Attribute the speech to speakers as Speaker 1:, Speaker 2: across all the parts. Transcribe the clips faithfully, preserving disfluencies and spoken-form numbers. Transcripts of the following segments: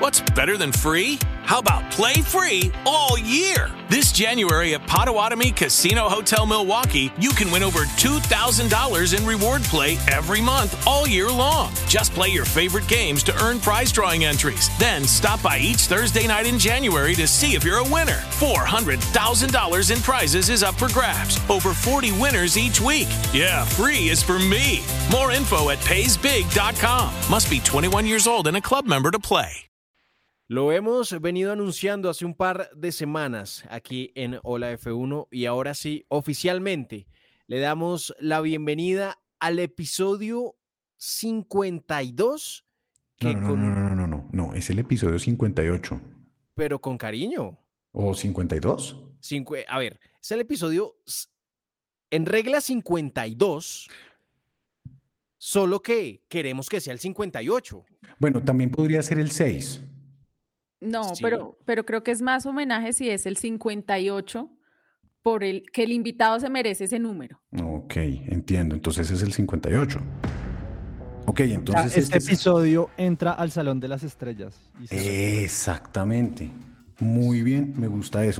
Speaker 1: What's better than free? How about play free all year? This January at Potawatomi Casino Hotel Milwaukee, you can win over two thousand dollars in reward play every month all year long. Just play your favorite games to earn prize drawing entries. Then stop by each Thursday night in January to see if you're a winner. four hundred thousand dollars in prizes is up for grabs. Over forty winners each week. Yeah, free is for me. More info at pays big dot com. Must be twenty-one years old and a club member to play.
Speaker 2: Lo hemos venido anunciando hace un par de semanas aquí en Hola F uno y ahora sí, oficialmente, le damos la bienvenida al episodio cincuenta y dos.
Speaker 3: Que no, no, con... no, no, no, no, no, no, es el episodio cincuenta y ocho.
Speaker 2: Pero con cariño.
Speaker 3: ¿O cincuenta y dos?
Speaker 2: Cincu... A ver, es el episodio en regla cincuenta y dos, solo que queremos que sea el cincuenta y ocho.
Speaker 3: Bueno, también podría ser el seis.
Speaker 4: No,
Speaker 2: sí.
Speaker 4: pero, pero creo que es más homenaje si es el cincuenta y ocho, por el que el invitado se merece ese número.
Speaker 3: Ok, entiendo. Entonces es el cincuenta y ocho. Ok, entonces...
Speaker 5: Ya, este, este episodio es... entra al Salón de las Estrellas.
Speaker 3: Y se... Exactamente. Muy bien, me gusta eso.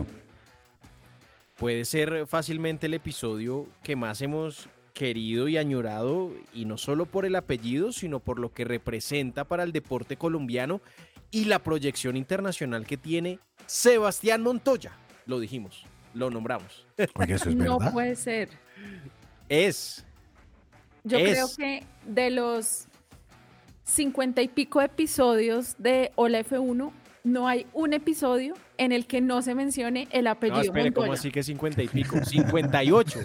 Speaker 2: Puede ser fácilmente el episodio que más hemos querido y añorado, y no solo por el apellido, sino por lo que representa para el deporte colombiano y la proyección internacional que tiene Sebastián Montoya. Lo dijimos, lo nombramos.
Speaker 3: Oye, eso es verdad.
Speaker 4: No puede ser.
Speaker 2: Es.
Speaker 4: Yo
Speaker 2: es.
Speaker 4: creo que de los cincuenta y pico episodios de Hola F uno, no hay un episodio en el que no se mencione el apellido
Speaker 2: No, espere,
Speaker 4: Montoya.
Speaker 2: ¿cómo así que cincuenta y pico? cincuenta y ocho.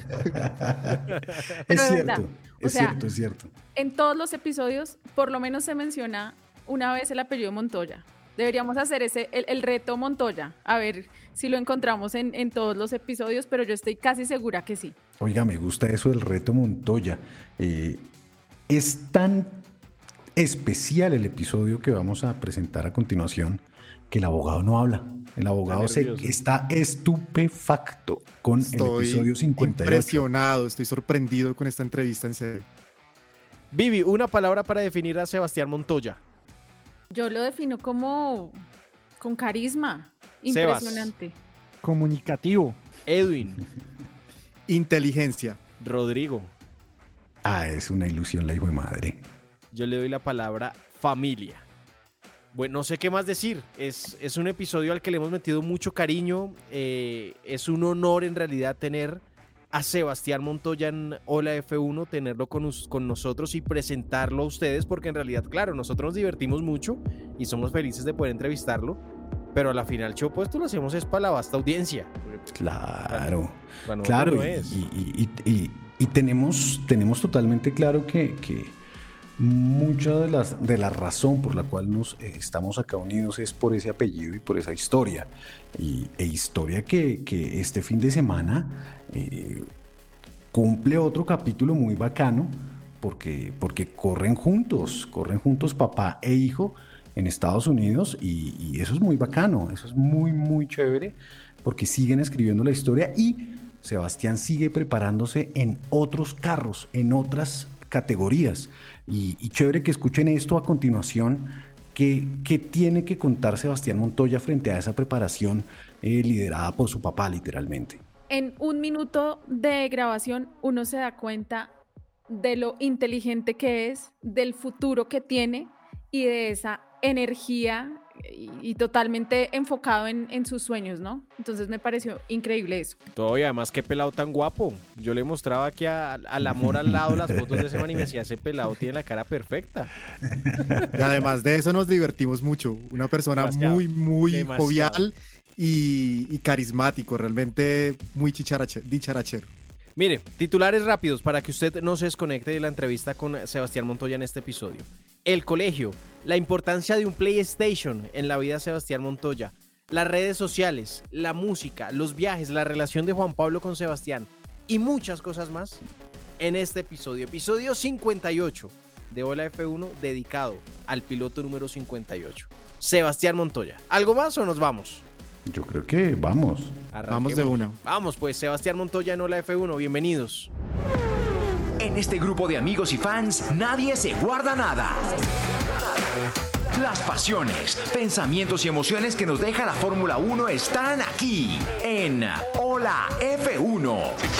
Speaker 3: Es cierto, es
Speaker 4: o sea,
Speaker 3: cierto, es cierto.
Speaker 4: En todos los episodios, por lo menos se menciona una vez el apellido Montoya. Deberíamos hacer ese el, el reto Montoya, a ver si lo encontramos en, en todos los episodios, pero yo estoy casi segura que sí.
Speaker 3: Oiga, me gusta eso del reto Montoya. Eh, es tan especial el episodio que vamos a presentar a continuación que el abogado no habla. El abogado se, está estupefacto con
Speaker 6: estoy
Speaker 3: el episodio cincuenta y ocho.
Speaker 6: Impresionado, estoy sorprendido con esta entrevista, en serio.
Speaker 2: Vivi, una palabra para definir a Sebastián Montoya.
Speaker 4: Yo lo defino como con carisma. Impresionante.
Speaker 2: Sebas.
Speaker 5: Comunicativo.
Speaker 2: Edwin.
Speaker 6: Inteligencia.
Speaker 2: Rodrigo.
Speaker 3: Ah, es una ilusión la hijo de madre.
Speaker 2: Yo le doy la palabra familia. Bueno, no sé qué más decir. Es, es un episodio al que le hemos metido mucho cariño. Eh, es un honor en realidad tener a Sebastián Montoya en Hola F uno, tenerlo con, con nosotros y presentarlo a ustedes, porque en realidad, claro, nosotros nos divertimos mucho y somos felices de poder entrevistarlo, pero a la final, show, pues, esto lo hacemos es para la vasta audiencia.
Speaker 3: Claro,
Speaker 2: bueno,
Speaker 3: claro,
Speaker 2: no
Speaker 3: y,
Speaker 2: es.
Speaker 3: y, y, y, y tenemos, tenemos totalmente claro que, que mucha de, las, de la razón por la cual nos eh, estamos acá unidos es por ese apellido y por esa historia, y, e historia que, que este fin de semana eh, cumple otro capítulo muy bacano, porque, porque corren juntos, corren juntos papá e hijo en Estados Unidos, y, y eso es muy bacano, eso es muy muy chévere, porque siguen escribiendo la historia y Sebastián sigue preparándose en otros carros, en otras categorías, y, y chévere que escuchen esto a continuación, que, que tiene que contar Sebastián Montoya frente a esa preparación eh, liderada por su papá, literalmente.
Speaker 4: En un minuto de grabación uno se da cuenta de lo inteligente que es, del futuro que tiene y de esa energía y, y totalmente enfocado en, en sus sueños, ¿no? Entonces me pareció increíble eso.
Speaker 2: Todo, y además qué pelado tan guapo. Yo le mostraba aquí a, al amor al lado las fotos de ese man y me decía, ese pelado tiene la cara perfecta.
Speaker 6: Y además de eso nos divertimos mucho. Una persona
Speaker 2: Demasiado.
Speaker 6: muy, muy
Speaker 2: Demasiado.
Speaker 6: jovial y, y carismático, realmente muy chicharache, dicharachero.
Speaker 2: Mire, titulares rápidos para que usted no se desconecte de la entrevista con Sebastián Montoya en este episodio. El colegio, la importancia de un PlayStation en la vida de Sebastián Montoya, las redes sociales, la música, los viajes, la relación de Juan Pablo con Sebastián y muchas cosas más en este episodio. Episodio cincuenta y ocho de Hola F uno, dedicado al piloto número cincuenta y ocho. Sebastián Montoya. ¿Algo más o nos vamos?
Speaker 3: Yo creo que vamos.
Speaker 2: Arranquemos.
Speaker 6: Vamos de una.
Speaker 2: Vamos pues, Sebastián Montoya en Hola F uno, bienvenidos.
Speaker 7: En este grupo de amigos y fans, nadie se guarda nada. Las pasiones, pensamientos y emociones que nos deja la Fórmula uno están aquí en Hola F uno.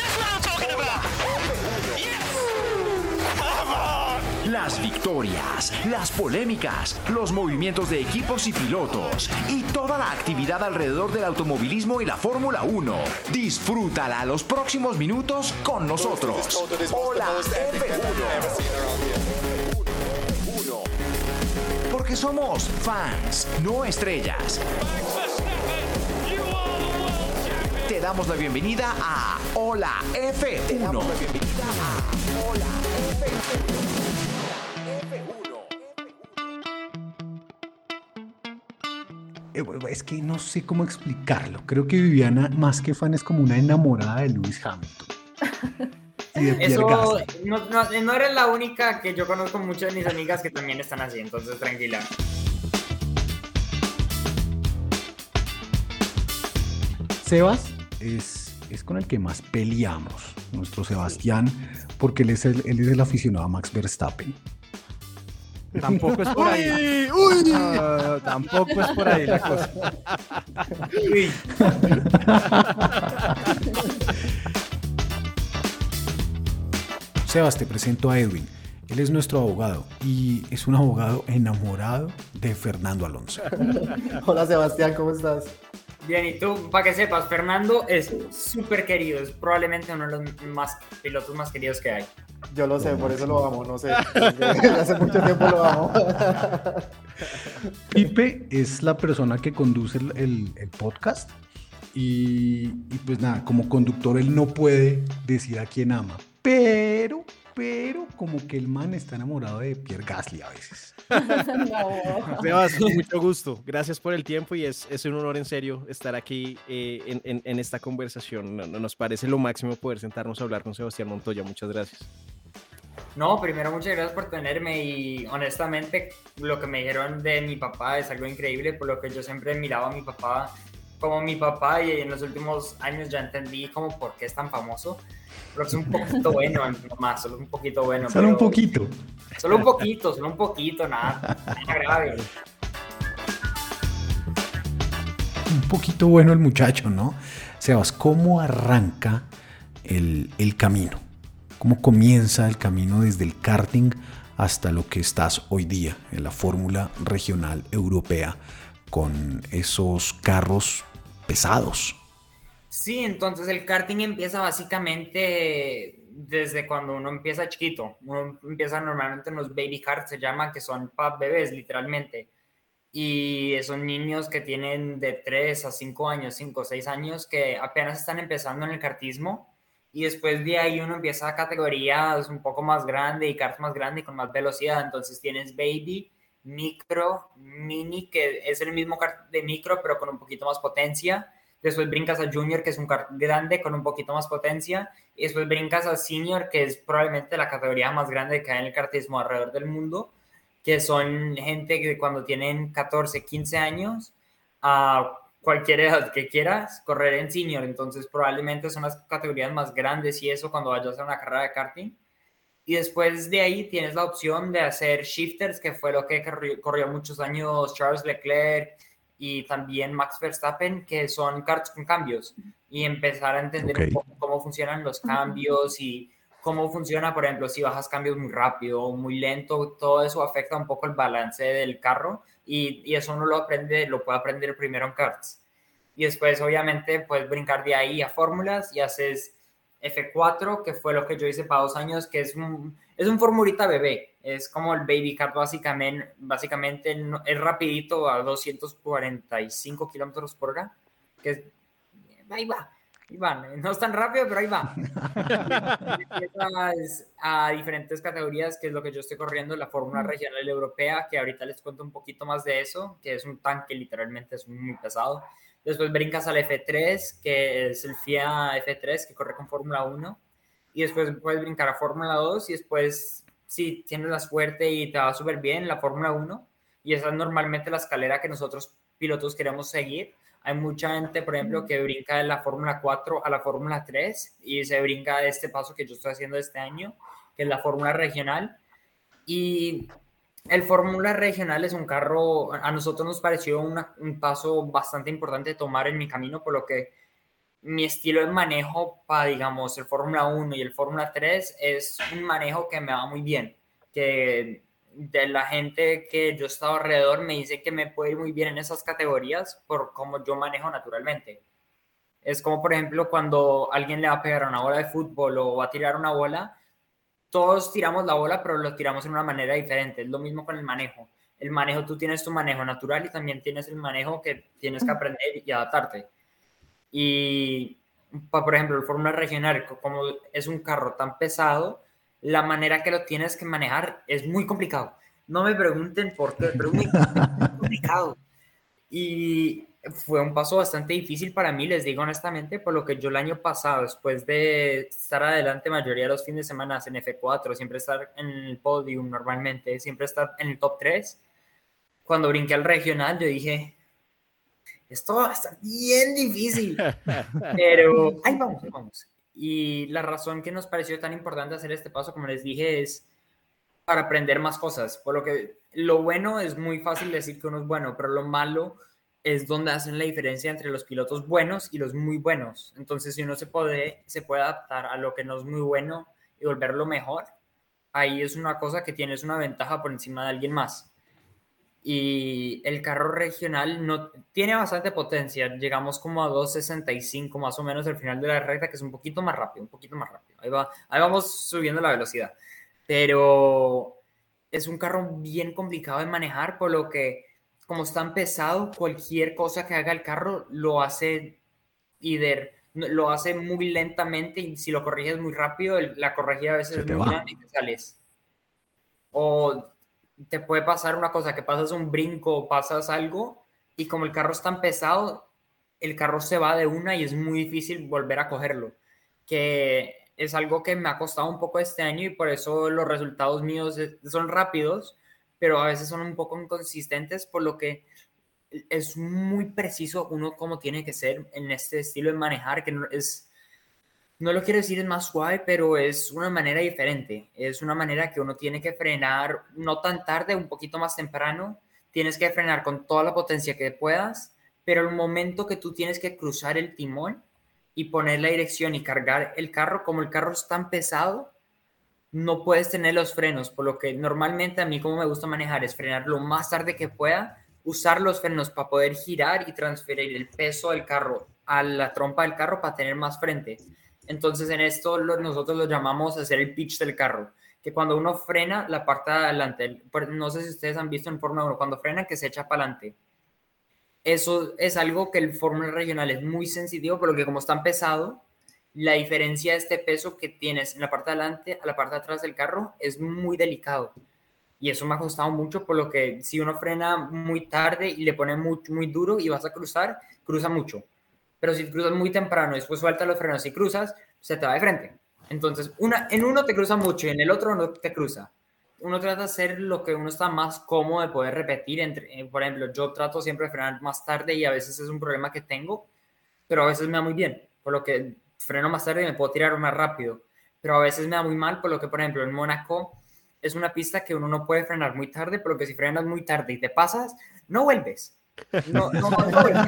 Speaker 7: Las victorias, las polémicas, los movimientos de equipos y pilotos y toda la actividad alrededor del automovilismo y la Fórmula uno. Disfrútala los próximos minutos con nosotros. Hola F uno. Porque somos fans, no estrellas. Te damos la bienvenida a Hola F uno. Te damos la bienvenida a Hola F uno.
Speaker 3: Es que no sé cómo explicarlo. Creo que Viviana, más que fan, es como una enamorada de Lewis Hamilton. Y de Pierre
Speaker 8: Eso,
Speaker 3: Gasly.
Speaker 8: no, no, no eres la única, que yo conozco muchas de mis amigas que también están así, entonces tranquila.
Speaker 3: Sebas es, es con el que más peleamos, nuestro Sebastián, porque él es el, él es el aficionado a Max Verstappen.
Speaker 5: Tampoco es por ahí.
Speaker 6: ¡Uy!
Speaker 5: No, tampoco es por ahí la cosa.
Speaker 8: Uy.
Speaker 3: Sebas, te presento a Edwin. Él es nuestro abogado y es un abogado enamorado de Fernando Alonso.
Speaker 9: Hola Sebastián, ¿cómo estás?
Speaker 8: Bien, y tú, para que sepas, Fernando es súper querido, es probablemente uno de los más, pilotos más queridos que hay.
Speaker 9: Yo lo sé, por eso lo amo, no sé. Desde hace mucho tiempo lo amo.
Speaker 3: Pipe es la persona que conduce el, el- el podcast y, y pues nada, como conductor él no puede decir a quién ama, pero, pero como que el man está enamorado de Pierre Gasly a veces.
Speaker 2: Sebas, con mucho gusto. Gracias por el tiempo y es, es un honor en serio estar aquí eh, en, en- en esta conversación. No- no- Nos parece lo máximo poder sentarnos a hablar con Sebastián Montoya. Muchas gracias.
Speaker 8: No, primero muchas gracias por tenerme y honestamente lo que me dijeron de mi papá es algo increíble, por lo que yo siempre miraba a mi papá como mi papá y en los últimos años ya entendí como por qué es tan famoso. Pero es un poquito bueno, más, solo un poquito bueno.
Speaker 3: Solo un
Speaker 8: pero-
Speaker 3: poquito.
Speaker 8: Solo un poquito, solo un poquito, nada, nada grave.
Speaker 3: Un poquito bueno el muchacho, ¿no? Sebas, ¿cómo arranca el, el camino? ¿Cómo comienza el camino desde el karting hasta lo que estás hoy día en la Fórmula Regional Europea con esos carros pesados?
Speaker 8: Sí, entonces el karting empieza básicamente desde cuando uno empieza chiquito. Uno empieza normalmente en los baby karts, se llaman, que son para bebés, literalmente. Y son niños que tienen de tres a cinco años, cinco o seis años, que apenas están empezando en el kartismo. Y después de ahí uno empieza a categorías un poco más grande y karts más grande y con más velocidad. Entonces tienes baby, micro, mini, que es el mismo kart de micro, pero con un poquito más potencia. Después brincas a Junior, que es un kart grande con un poquito más potencia. Y después brincas a Senior, que es probablemente la categoría más grande que hay en el kartismo alrededor del mundo, que son gente que cuando tienen catorce, quince años, a cualquier edad que quieras, correr en Senior. Entonces probablemente son las categorías más grandes y eso cuando vayas a hacer una carrera de karting. Y después de ahí tienes la opción de hacer shifters, que fue lo que corrió, corrió muchos años Charles Leclerc y también Max Verstappen, que son karts con cambios, y empezar a entender
Speaker 3: Ok.
Speaker 8: un poco cómo funcionan los cambios y cómo funciona, por ejemplo, si bajas cambios muy rápido o muy lento, todo eso afecta un poco el balance del carro y, y eso uno lo aprende, lo puede aprender primero en karts. Y después, obviamente, puedes brincar de ahí a fórmulas y haces F cuatro, que fue lo que yo hice para dos años, que es un, es un formulita bebé. Es como el baby kart, básicamente, básicamente no- es rapidito a doscientos cuarenta y cinco kilómetros por hora. Que es- ahí va, ahí va. No es tan rápido, pero ahí va. Y empiezas a diferentes categorías, que es lo que yo estoy corriendo, la Fórmula Regional Europea, que ahorita les cuento un poquito más de eso, que es un tanque, literalmente es muy pesado. Después brincas al F tres, que es el F I A F tres, que corre con Fórmula uno. Y después puedes brincar a Fórmula dos y después, si tienes la suerte y te va súper bien, la Fórmula uno. Y esa es normalmente la escalera que nosotros pilotos queremos seguir. Hay mucha gente, por ejemplo, que brinca de la Fórmula cuatro a la Fórmula tres y se brinca de este paso que yo estoy haciendo este año, que es la Fórmula Regional. Y El Fórmula Regional es un carro, a nosotros nos pareció una, un paso bastante importante tomar en mi camino, por lo que mi estilo de manejo para, digamos, el Fórmula uno y el Fórmula tres es un manejo que me va muy bien, que de la gente que yo he estado alrededor me dice que me puede ir muy bien en esas categorías por cómo yo manejo naturalmente. Es como, por ejemplo, cuando alguien le va a pegar a una bola de fútbol o va a tirar una bola, todos tiramos la bola, pero lo tiramos en una manera diferente. Es lo mismo con el manejo. El manejo, tú tienes tu manejo natural y también tienes el manejo que tienes que aprender y adaptarte. Y, por ejemplo, el Fórmula Regional, como es un carro tan pesado, la manera que lo tienes que manejar es muy complicado. No me pregunten por qué, pero es muy complicado. Y fue un paso bastante difícil para mí, les digo honestamente, por lo que yo el año pasado, después de estar adelante mayoría de los fines de semana en F cuatro, siempre estar en el podium normalmente, siempre estar en el top tres, cuando brinqué al regional yo dije, esto va a estar bien difícil, pero ahí vamos, ahí vamos. Y la razón que nos pareció tan importante hacer este paso, como les dije, es para aprender más cosas, por lo que lo bueno es muy fácil decir que uno es bueno, pero lo malo es donde hacen la diferencia entre los pilotos buenos y los muy buenos. Entonces, si uno se puede, se puede adaptar a lo que no es muy bueno y volverlo mejor, ahí es una cosa que tienes una ventaja por encima de alguien más. Y el carro regional no, tiene bastante potencia, llegamos como a dos sesenta y cinco más o menos al final de la recta, que es un poquito más rápido, un poquito más rápido. Ahí, va, ahí vamos subiendo la velocidad. Pero es un carro bien complicado de manejar, por lo que como es tan pesado, cualquier cosa que haga el carro lo hace either, lo hace muy lentamente y si lo corriges muy rápido, la corregida a veces es muy va. grande y te sales. O te puede pasar una cosa, que pasas un brinco o pasas algo y como el carro es tan pesado, el carro se va de una y es muy difícil volver a cogerlo. Que es algo que me ha costado un poco este año y por eso los resultados míos son rápidos, pero a veces son un poco inconsistentes, por lo que es muy preciso uno cómo tiene que ser en este estilo de manejar, que no es, no lo quiero decir es más suave, pero es una manera diferente. Es una manera que uno tiene que frenar no tan tarde, un poquito más temprano. Tienes que frenar con toda la potencia que puedas, pero el momento que tú tienes que cruzar el timón y poner la dirección y cargar el carro, como el carro es tan pesado, no puedes tener los frenos, por lo que normalmente a mí como me gusta manejar es frenar lo más tarde que pueda, usar los frenos para poder girar y transferir el peso del carro a la trompa del carro para tener más frente. Entonces en esto lo, nosotros lo llamamos hacer el pitch del carro, que cuando uno frena la parte de adelante, no sé si ustedes han visto en Fórmula uno, cuando frena que se echa para adelante. Eso es algo que el Fórmula Regional es muy sensitivo, por lo que como es tan pesado, la diferencia de este peso que tienes en la parte de adelante a la parte de atrás del carro es muy delicado. Y eso me ha costado mucho, por lo que si uno frena muy tarde y le pone muy, muy duro y vas a cruzar, cruza mucho. Pero si cruzas muy temprano y después sueltas los frenos y cruzas, se te va de frente. Entonces, una, en uno te cruza mucho y en el otro no te cruza. Uno trata de hacer lo que uno está más cómodo de poder repetir. Entre, por ejemplo, yo trato siempre de frenar más tarde y a veces es un problema que tengo, pero a veces me da muy bien, por lo que freno más tarde y me puedo tirar más rápido. Pero a veces me da muy mal, por lo que, por ejemplo, en Mónaco es una pista que uno no puede frenar muy tarde, por lo que si frenas muy tarde y te pasas, no vuelves. No, no, no vuelves.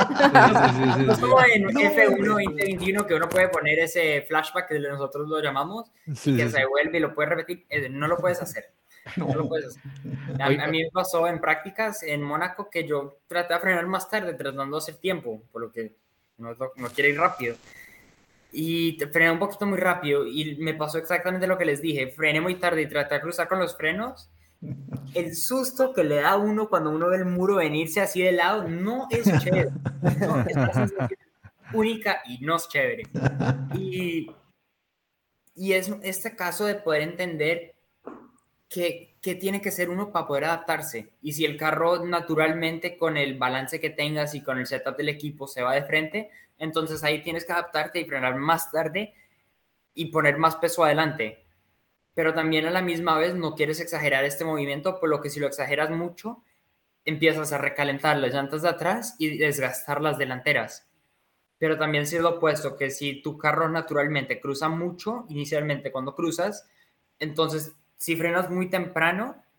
Speaker 8: No es como en F uno veinte veintiuno que uno puede poner ese flashback que nosotros lo llamamos, sí, y que sí, se vuelve y lo puedes repetir. No lo puedes hacer. No, no lo puedes hacer. A, a mí me pasó en prácticas en Mónaco que yo traté de frenar más tarde tratando de hacer tiempo, por lo que no, no quiere ir rápido. Y frené un poquito muy rápido y me pasó exactamente lo que les dije. Frené muy tarde y traté de cruzar con los frenos. El susto que le da a uno cuando uno ve el muro venirse así de lado no es chévere. No, es una sensación única y no es chévere. Y, y es este caso de poder entender que, que tiene que ser uno para poder adaptarse. Y si el carro naturalmente con el balance que tengas y con el setup del equipo se va de frente, entonces ahí tienes que adaptarte y frenar más tarde y poner más peso adelante. Pero también a la misma vez no quieres exagerar este movimiento, por lo que si lo exageras mucho, empiezas a recalentar las llantas de atrás y desgastar las delanteras. Pero también si es lo opuesto, que si tu carro naturalmente cruza mucho, inicialmente cuando cruzas, entonces si frenas muy temprano,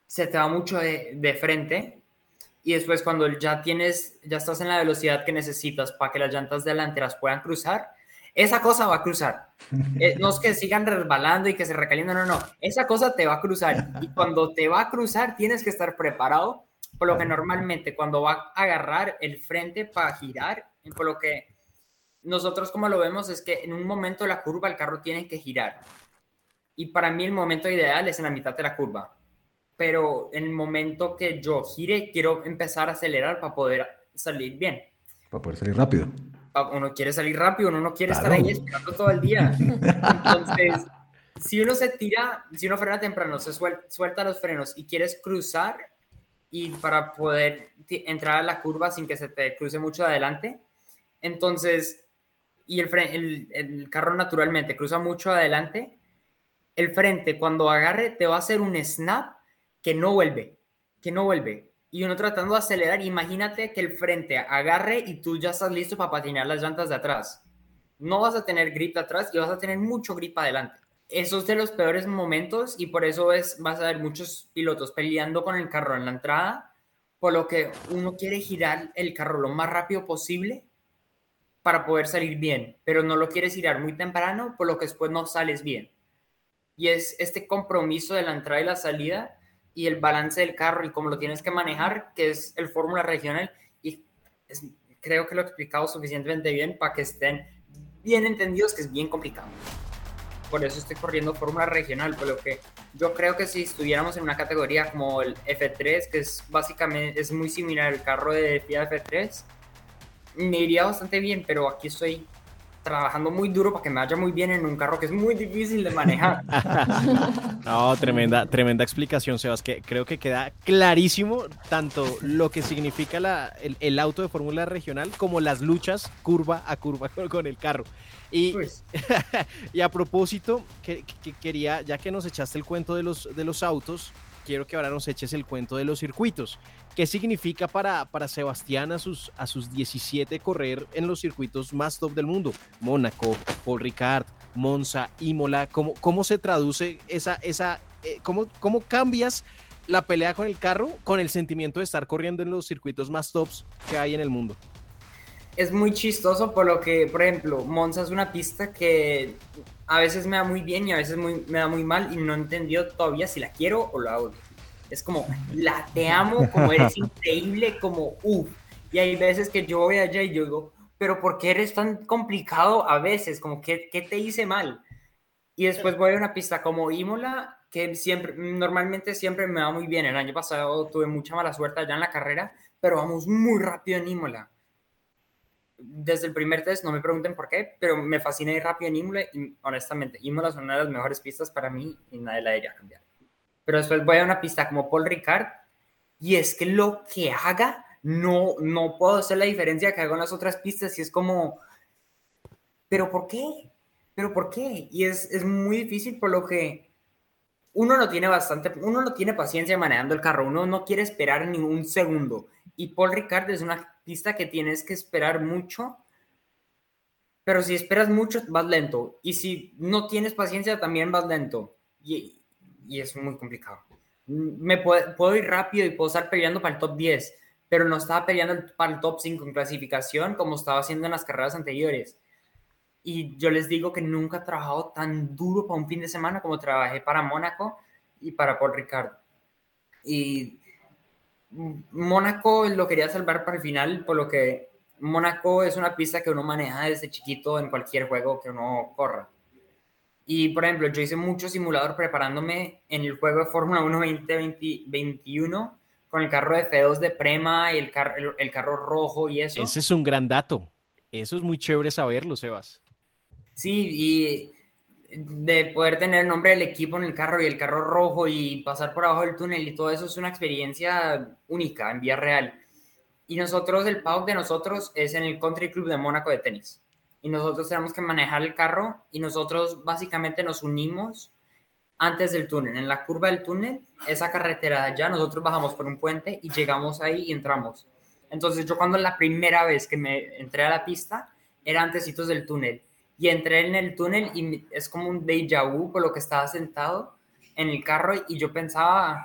Speaker 8: se te va mucho de, de frente y después cuando ya tienes, ya estás en la velocidad que necesitas para que las llantas delanteras puedan cruzar, esa cosa va a cruzar. Eh, no es que sigan resbalando y que se recalienten, no, no, esa cosa te va a cruzar y cuando te va a cruzar tienes que estar preparado, por lo que normalmente cuando va a agarrar el frente para girar, por lo que nosotros como lo vemos es que en un momento de la curva el carro tiene que girar y para mí el momento ideal es en la mitad de la curva. Pero en el momento que yo gire, quiero empezar a acelerar para poder salir bien.
Speaker 3: Para poder salir rápido.
Speaker 8: Uno quiere salir rápido, uno no quiere
Speaker 3: Claro.
Speaker 8: estar ahí esperando todo el día. Entonces, si uno se tira, si uno frena temprano, se suel, suelta los frenos y quieres cruzar y para poder entrar a la curva sin que se te cruce mucho adelante, entonces, y el, fre el, el carro naturalmente cruza mucho adelante, el frente cuando agarre te va a hacer un snap que no vuelve, que no vuelve. Y uno tratando de acelerar, imagínate que el frente agarre y tú ya estás listo para patinar las llantas de atrás. No vas a tener grip atrás y vas a tener mucho grip adelante. Eso es de los peores momentos y por eso es, vas a ver muchos pilotos peleando con el carro en la entrada, por lo que uno quiere girar el carro lo más rápido posible para poder salir bien, pero no lo quieres girar muy temprano, por lo que después no sales bien. Y es este compromiso de la entrada y la salida y el balance del carro y cómo lo tienes que manejar, que es el Fórmula Regional, y es, creo que lo he explicado suficientemente bien para que estén bien entendidos, que es bien complicado. Por eso estoy corriendo Fórmula Regional, por lo que yo creo que si estuviéramos en una categoría como el F tres, que es básicamente, es muy similar al carro de F I A F tres, me iría bastante bien, pero aquí estoy trabajando muy duro para que me vaya muy bien en un carro que es muy difícil de manejar.
Speaker 2: No, tremenda, tremenda explicación, Sebas, que creo que queda clarísimo tanto lo que significa la, el, el auto de Fórmula Regional como las luchas curva a curva con, con el carro. Y, pues. y a propósito, que, que quería, ya que nos echaste el cuento de los, de los autos, quiero que ahora nos eches el cuento de los circuitos. ¿Qué significa para, para Sebastián a sus, a sus diecisiete correr en los circuitos más top del mundo? Mónaco, Paul Ricard, Monza, Imola. ¿Cómo, cómo se traduce esa... esa eh, cómo, cómo cambias la pelea con el carro con el sentimiento de estar corriendo en los circuitos más tops que hay en el mundo?
Speaker 8: Es muy chistoso por lo que, por ejemplo, Monza es una pista que a veces me da muy bien y a veces muy, me da muy mal y no he entendido todavía si la quiero o la odio. Es como, la te amo, como eres increíble, como uff. Y hay veces que yo voy allá y yo digo, pero ¿por qué eres tan complicado a veces? Como, ¿qué, qué te hice mal? Y después voy a una pista como Imola, que siempre, normalmente siempre me va muy bien. El año pasado tuve mucha mala suerte allá en la carrera, pero vamos muy rápido en Imola. Desde el primer test, no me pregunten por qué, pero me fascina ir rápido en Imola y honestamente, Imola es una de las mejores pistas para mí y nadie la debería cambiar. Pero después voy a una pista como Paul Ricard y es que lo que haga, no, no puedo hacer la diferencia que hago en las otras pistas y es como, ¿pero por qué? ¿Pero por qué? Y es, es muy difícil por lo que uno no tiene bastante, uno no tiene paciencia manejando el carro, uno no quiere esperar ni un segundo. Y Paul Ricard es una pista que tienes que esperar mucho, pero si esperas mucho vas lento y si no tienes paciencia también vas lento y, y es muy complicado. Me puedo, puedo ir rápido y puedo estar peleando para el top diez, pero no estaba peleando para el top cinco en clasificación como estaba haciendo en las carreras anteriores. Y yo les digo que nunca he trabajado tan duro para un fin de semana como trabajé para Mónaco y para Paul Ricard. Y Mónaco lo quería salvar para el final, por lo que Mónaco es una pista que uno maneja desde chiquito en cualquier juego que uno corra. Y, por ejemplo, yo hice mucho simulador preparándome en el juego de Fórmula uno veinte veintiuno con el carro de F dos de Prema y el, car el, el carro rojo y eso.
Speaker 2: Ese es un gran dato. Eso es muy chévere saberlo, Sebas.
Speaker 8: Sí, y de poder tener el nombre del equipo en el carro y el carro rojo y pasar por abajo del túnel y todo eso es una experiencia única en vía real. Y nosotros, el paddock de nosotros es en el Country Club de Mónaco de tenis. Y nosotros tenemos que manejar el carro y nosotros básicamente nos unimos antes del túnel. En la curva del túnel, esa carretera de allá, nosotros bajamos por un puente y llegamos ahí y entramos. Entonces yo cuando la primera vez que me entré a la pista, era antecitos del túnel. Y entré en el túnel y es como un déjà vu por lo que estaba sentado en el carro y yo pensaba,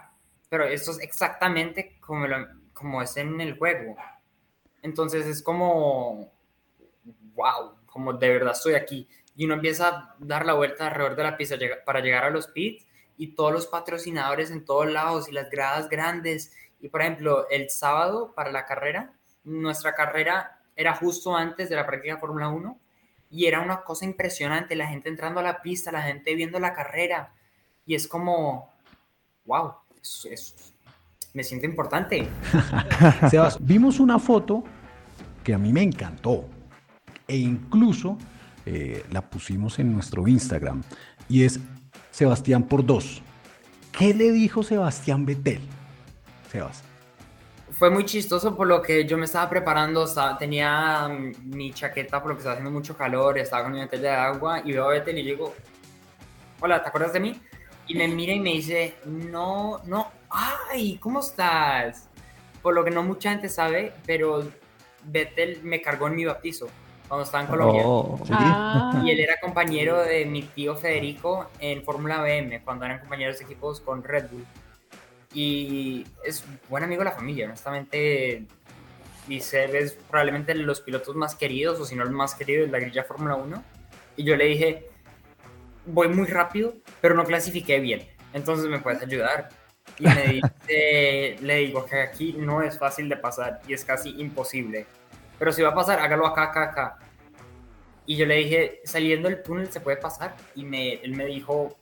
Speaker 8: pero esto es exactamente como, lo, como es en el juego. Entonces es como, wow, como de verdad estoy aquí. Y uno empieza a dar la vuelta alrededor de la pista para llegar a los pits y todos los patrocinadores en todos lados y las gradas grandes. Y por ejemplo, el sábado para la carrera, nuestra carrera era justo antes de la práctica de Fórmula uno y era una cosa impresionante, la gente entrando a la pista, la gente viendo la carrera y es como, wow, eso, eso, me siento importante.
Speaker 3: Sebas, vimos una foto que a mí me encantó e incluso eh, la pusimos en nuestro Instagram y es Sebastián por dos. ¿Qué le dijo Sebastián Vettel? Sebas.
Speaker 8: Fue muy chistoso por lo que yo me estaba preparando, estaba, tenía mi chaqueta por lo que estaba haciendo mucho calor, estaba con mi botella de agua y veo a Vettel y digo, hola, ¿te acuerdas de mí? Y me mira y me dice, no, no, ay, ¿cómo estás? Por lo que no mucha gente sabe, pero Vettel me cargó en mi bautizo cuando estaba en Colombia.
Speaker 5: Oh,
Speaker 3: ¿sí?
Speaker 4: Ah.
Speaker 8: Y él era compañero de mi tío Federico en Fórmula B M, cuando eran compañeros de equipos con Red Bull. Y es buen amigo de la familia, honestamente. Dice, él es probablemente los pilotos más queridos, o si no el más querido de la grilla Fórmula uno. Y yo le dije, voy muy rápido, pero no clasifiqué bien, entonces me puedes ayudar. Y me dice, le digo que aquí no es fácil de pasar y es casi imposible, pero si va a pasar, hágalo acá, acá, acá. Y yo le dije, saliendo del túnel se puede pasar, y me, él me dijo,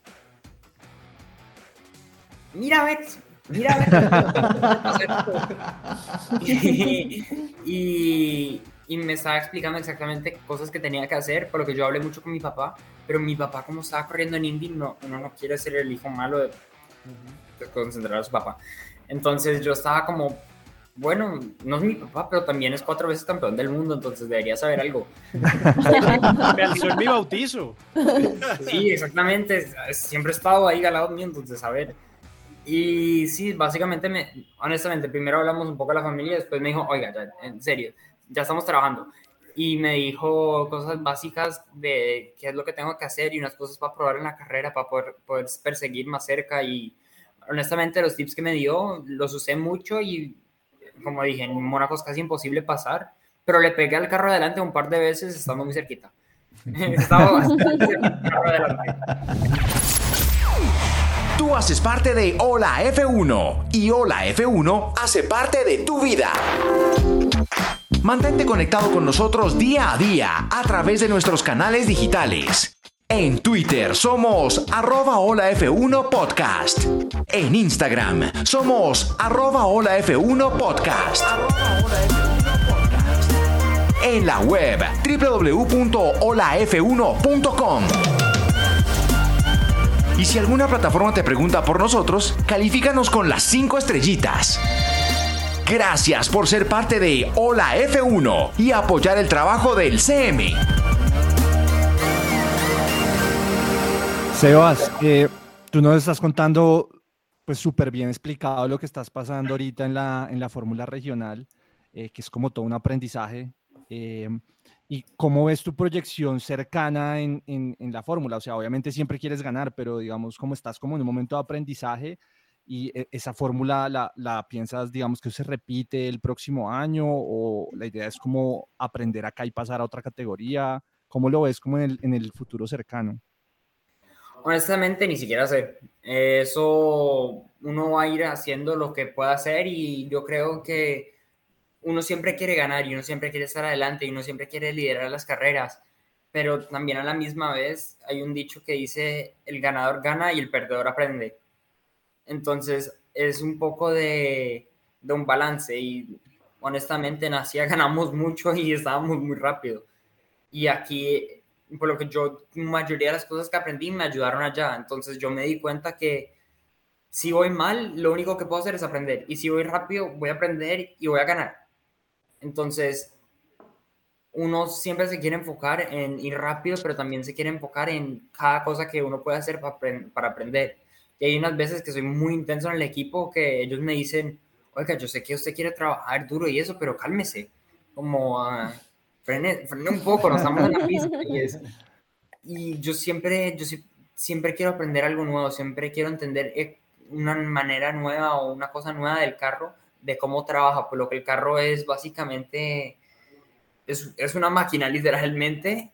Speaker 8: mira, Bex, mira, Bex. y, y, y me estaba explicando exactamente cosas que tenía que hacer, por lo que yo hablé mucho con mi papá, pero mi papá, como estaba corriendo en Indy, no, uno no quiere ser el hijo malo de, de concentrar a su papá. Entonces yo estaba como, bueno, no es mi papá, pero también es cuatro veces campeón del mundo, entonces debería saber algo.
Speaker 2: Me alzó en mi bautizo.
Speaker 8: Sí, exactamente, siempre he estado ahí al lado mío, entonces a ver. Y sí, básicamente, me, honestamente, primero hablamos un poco de la familia, después me dijo, oiga, ya, en serio, ya estamos trabajando. Y me dijo cosas básicas de qué es lo que tengo que hacer y unas cosas para probar en la carrera, para poder, poder perseguir más cerca. Y honestamente, los tips que me dio los usé mucho y, como dije, en Mónaco es casi imposible pasar, pero le pegué al carro adelante un par de veces estando muy cerquita. Estaba bastante cerquita al carro adelante.
Speaker 7: Tú haces parte de Hola F uno y Hola F uno hace parte de tu vida. Mantente conectado con nosotros día a día a través de nuestros canales digitales. En Twitter somos arroba Hola F uno Podcast. En Instagram somos arroba Hola F uno Podcast. En la web doble u doble u doble u punto hola f uno punto com. Y si alguna plataforma te pregunta por nosotros, califícanos con las cinco estrellitas. Gracias por ser parte de Hola F uno y apoyar el trabajo del C M.
Speaker 5: Sebas, eh, tú nos estás contando pues súper bien explicado lo que estás pasando ahorita en la, en la fórmula regional, eh, que es como todo un aprendizaje. Eh, ¿Y cómo ves tu proyección cercana en, en, en la fórmula? O sea, obviamente siempre quieres ganar, pero digamos, como estás como en un momento de aprendizaje y esa fórmula la, la piensas, digamos, que se repite el próximo año o la idea es como aprender acá y pasar a otra categoría. ¿Cómo lo ves como en el, en el futuro cercano?
Speaker 8: Honestamente, ni siquiera sé. Eso uno va a ir haciendo lo que pueda hacer y yo creo que uno siempre quiere ganar y uno siempre quiere estar adelante y uno siempre quiere liderar las carreras, pero también a la misma vez hay un dicho que dice el ganador gana y el perdedor aprende. Entonces es un poco de, de un balance y honestamente en Asia ganamos mucho y estábamos muy rápido y aquí, por lo que yo, la mayoría de las cosas que aprendí me ayudaron allá, entonces yo me di cuenta que si voy mal, lo único que puedo hacer es aprender y si voy rápido, voy a aprender y voy a ganar. Entonces, uno siempre se quiere enfocar en ir rápido, pero también se quiere enfocar en cada cosa que uno puede hacer para, para aprender. Y hay unas veces que soy muy intenso en el equipo que ellos me dicen, oiga, yo sé que usted quiere trabajar duro y eso, pero cálmese. Como, uh, frene, frene un poco, nos estamos en la pista. Y, es, y yo siempre, yo siempre quiero aprender algo nuevo, siempre quiero entender una manera nueva o una cosa nueva del carro, de cómo trabaja, por lo que el carro es básicamente, es, es una máquina literalmente,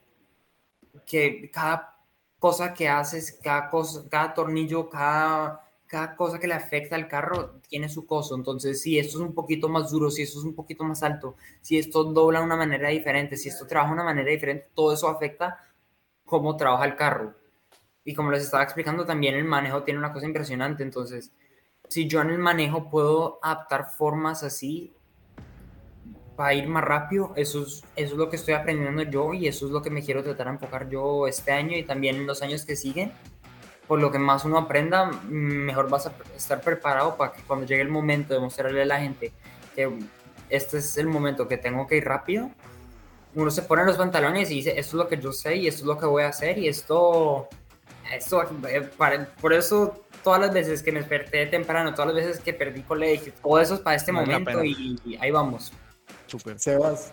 Speaker 8: que cada cosa que haces, cada, cosa, cada tornillo, cada, cada cosa que le afecta al carro tiene su costo. Entonces, si esto es un poquito más duro, si esto es un poquito más alto, si esto dobla de una manera diferente, si esto trabaja de una manera diferente, todo eso afecta cómo trabaja el carro. Y como les estaba explicando, también el manejo tiene una cosa impresionante. Entonces, si yo en el manejo puedo adaptar formas así para ir más rápido, eso es, eso es lo que estoy aprendiendo yo y eso es lo que me quiero tratar de enfocar yo este año y también en los años que siguen. Por lo que más uno aprenda, mejor vas a estar preparado para que cuando llegue el momento de mostrarle a la gente que este es el momento que tengo que ir rápido, uno se pone los pantalones y dice, esto es lo que yo sé y esto es lo que voy a hacer y esto... esto para, por eso todas las veces que me desperté temprano, todas las veces que perdí colegio, todo eso es para este
Speaker 2: Vale la
Speaker 8: momento
Speaker 2: pena.
Speaker 8: y, y ahí vamos.
Speaker 2: Súper.
Speaker 9: Sebas,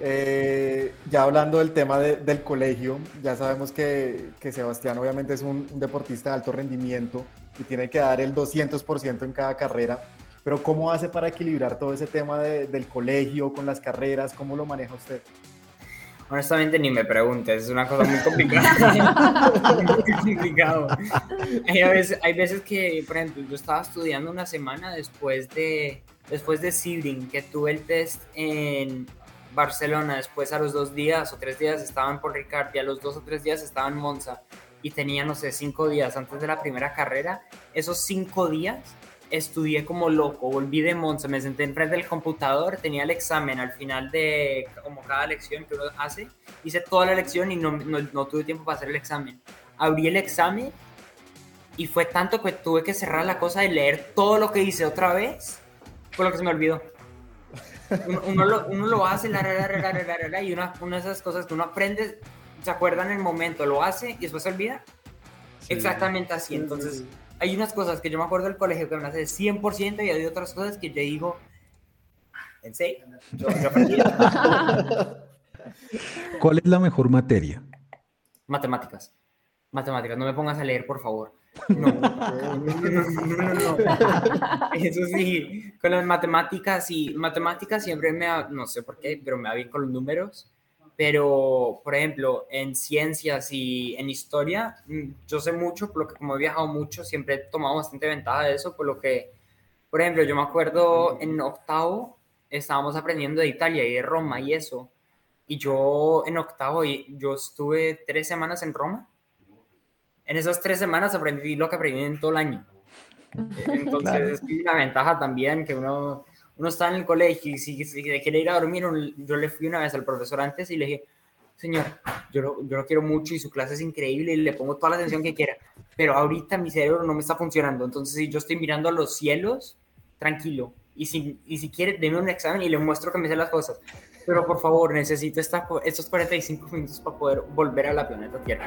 Speaker 9: eh, ya hablando del tema de- del colegio, ya sabemos que, que Sebastián obviamente es un, un deportista de alto rendimiento y tiene que dar el doscientos por ciento en cada carrera, pero ¿cómo hace para equilibrar todo ese tema de- del colegio con las carreras? ¿Cómo lo maneja usted?
Speaker 8: Honestamente ni me preguntes, es una cosa muy complicada. Muy complicado. Hay veces, hay veces que, por ejemplo, yo estaba estudiando una semana después de, después de Sebring, que tuve el test en Barcelona, después a los dos días o tres días estaba en Paul Ricard y a los dos o tres días estaba en Monza y tenía, no sé, cinco días antes de la primera carrera. Esos cinco días estudié como loco, volví de Monza, me senté enfrente del computador, tenía el examen al final de como cada lección que uno hace, hice toda la lección y no, no, no tuve tiempo para hacer el examen. Abrí el examen y fue tanto que tuve que cerrar la cosa de leer todo lo que hice otra vez, por lo que se me olvidó. Uno, uno, lo, uno lo hace la, la, la, la, la, la, la, y una, una de esas cosas que uno aprende, se acuerda en el momento, lo hace y después se olvida. Sí. Exactamente así, entonces... Sí, sí. Hay unas cosas que yo me acuerdo del colegio que me hace cien por ciento y hay otras cosas que yo digo, ¿en serio? Yo, yo aprendí.
Speaker 3: ¿Cuál es la mejor materia?
Speaker 8: Matemáticas. Matemáticas. No me pongas a leer, por favor. No, no, no, no, no, no. Eso sí, con las matemáticas y matemáticas siempre me ha, no sé por qué, pero me va bien con los números. Pero, por ejemplo, en ciencias y en historia, yo sé mucho, por lo que como he viajado mucho, siempre he tomado bastante ventaja de eso, por lo que, por ejemplo, yo me acuerdo en octavo, estábamos aprendiendo de Italia y de Roma y eso, y yo en octavo, yo estuve tres semanas en Roma, en esas tres semanas aprendí lo que aprendí en todo el año. Entonces, claro. Es una ventaja también que uno... Uno está en el colegio y si, si quiere ir a dormir, yo le fui una vez al profesor antes y le dije, señor, yo lo, yo lo quiero mucho y su clase es increíble y le pongo toda la atención que quiera, pero ahorita mi cerebro no me está funcionando, entonces si yo estoy mirando a los cielos, tranquilo, y si, y si quiere, deme un examen y le muestro que me sé las cosas, pero por favor, necesito esta, estos cuarenta y cinco minutos para poder volver a la planeta Tierra.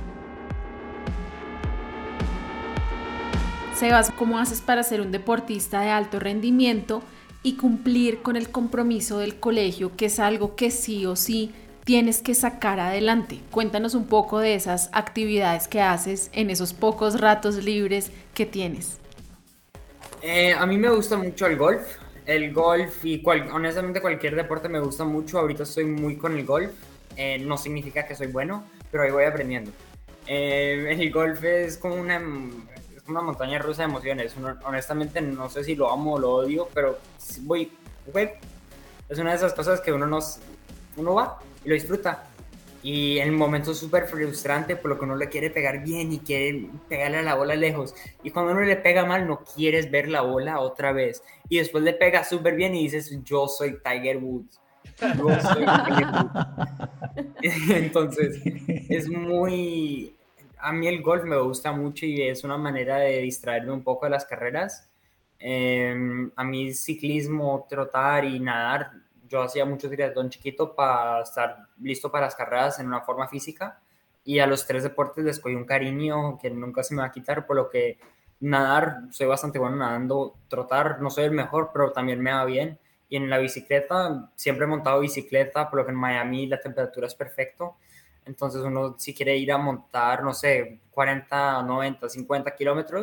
Speaker 4: Sebas, ¿cómo haces para ser un deportista de alto rendimiento y cumplir con el compromiso del colegio, que es algo que sí o sí tienes que sacar adelante? Cuéntanos un poco de esas actividades que haces en esos pocos ratos libres que tienes.
Speaker 8: Eh, a mí me gusta mucho el golf. El golf y cual, honestamente cualquier deporte me gusta mucho. Ahorita estoy muy con el golf. Eh, no significa que soy bueno, pero ahí voy aprendiendo. Eh, el golf es como una... una montaña rusa de emociones. Uno, honestamente no sé si lo amo o lo odio, pero voy, voy, es una de esas cosas que uno, nos, uno va y lo disfruta. Y en el momento es súper frustrante por lo que uno le quiere pegar bien y quiere pegarle a la bola lejos. Y cuando uno le pega mal, no quieres ver la bola otra vez. Y después le pega súper bien y dices, yo soy Tiger Woods. Yo soy Tiger Woods. Entonces, es muy... A mí el golf me gusta mucho y es una manera de distraerme un poco de las carreras. Eh, a mí ciclismo, trotar y nadar, yo hacía mucho triatlón chiquito para estar listo para las carreras en una forma física y a los tres deportes les cogí un cariño que nunca se me va a quitar, por lo que nadar, soy bastante bueno nadando, trotar, no soy el mejor, pero también me va bien. Y en la bicicleta, siempre he montado bicicleta, por lo que en Miami la temperatura es perfecto. Entonces uno si quiere ir a montar, no sé, cuarenta, noventa, cincuenta kilómetros,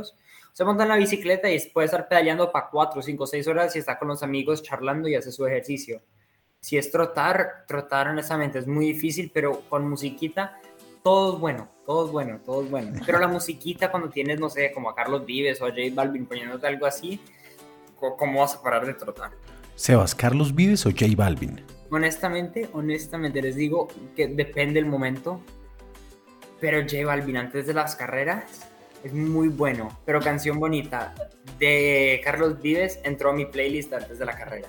Speaker 8: Se monta en la bicicleta y puede estar pedaleando para cuatro, cinco, seis horas y está con los amigos charlando y hace su ejercicio. Si es trotar, trotar honestamente es muy difícil, pero con musiquita todo es bueno, todo es bueno, todo es bueno. Pero la musiquita cuando tienes, no sé, como a Carlos Vives o a J Balvin poniéndote algo así, ¿cómo vas a parar de trotar?
Speaker 3: Sebas, ¿Carlos Vives o J Balvin?
Speaker 8: Honestamente, honestamente les digo que depende del momento, pero J Balvin antes de las carreras es muy bueno, pero canción bonita de Carlos Vives entró a mi playlist antes de la carrera.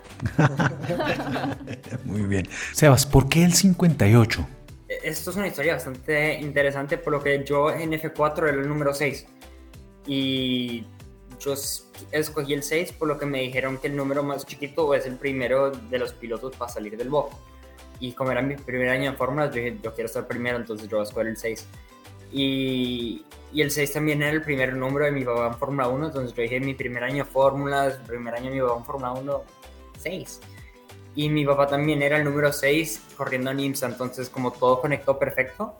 Speaker 3: Muy bien. Sebas, ¿por qué el cincuenta y ocho?
Speaker 8: Esto es una historia bastante interesante, por lo que yo en F cuatro era el número seis y yo escogí el seis por lo que me dijeron que el número más chiquito es el primero de los pilotos para salir del box. Y como era mi primer año en fórmulas, yo dije, yo quiero estar primero, entonces yo voy a escoger el seis. Y, y el seis también era el primer número de mi papá en Fórmula uno, entonces yo dije, mi primer año en fórmulas, mi primer año de mi papá en Fórmula uno, seis. Y mi papá también era el número seis corriendo en IMSA, entonces como todo conectó perfecto.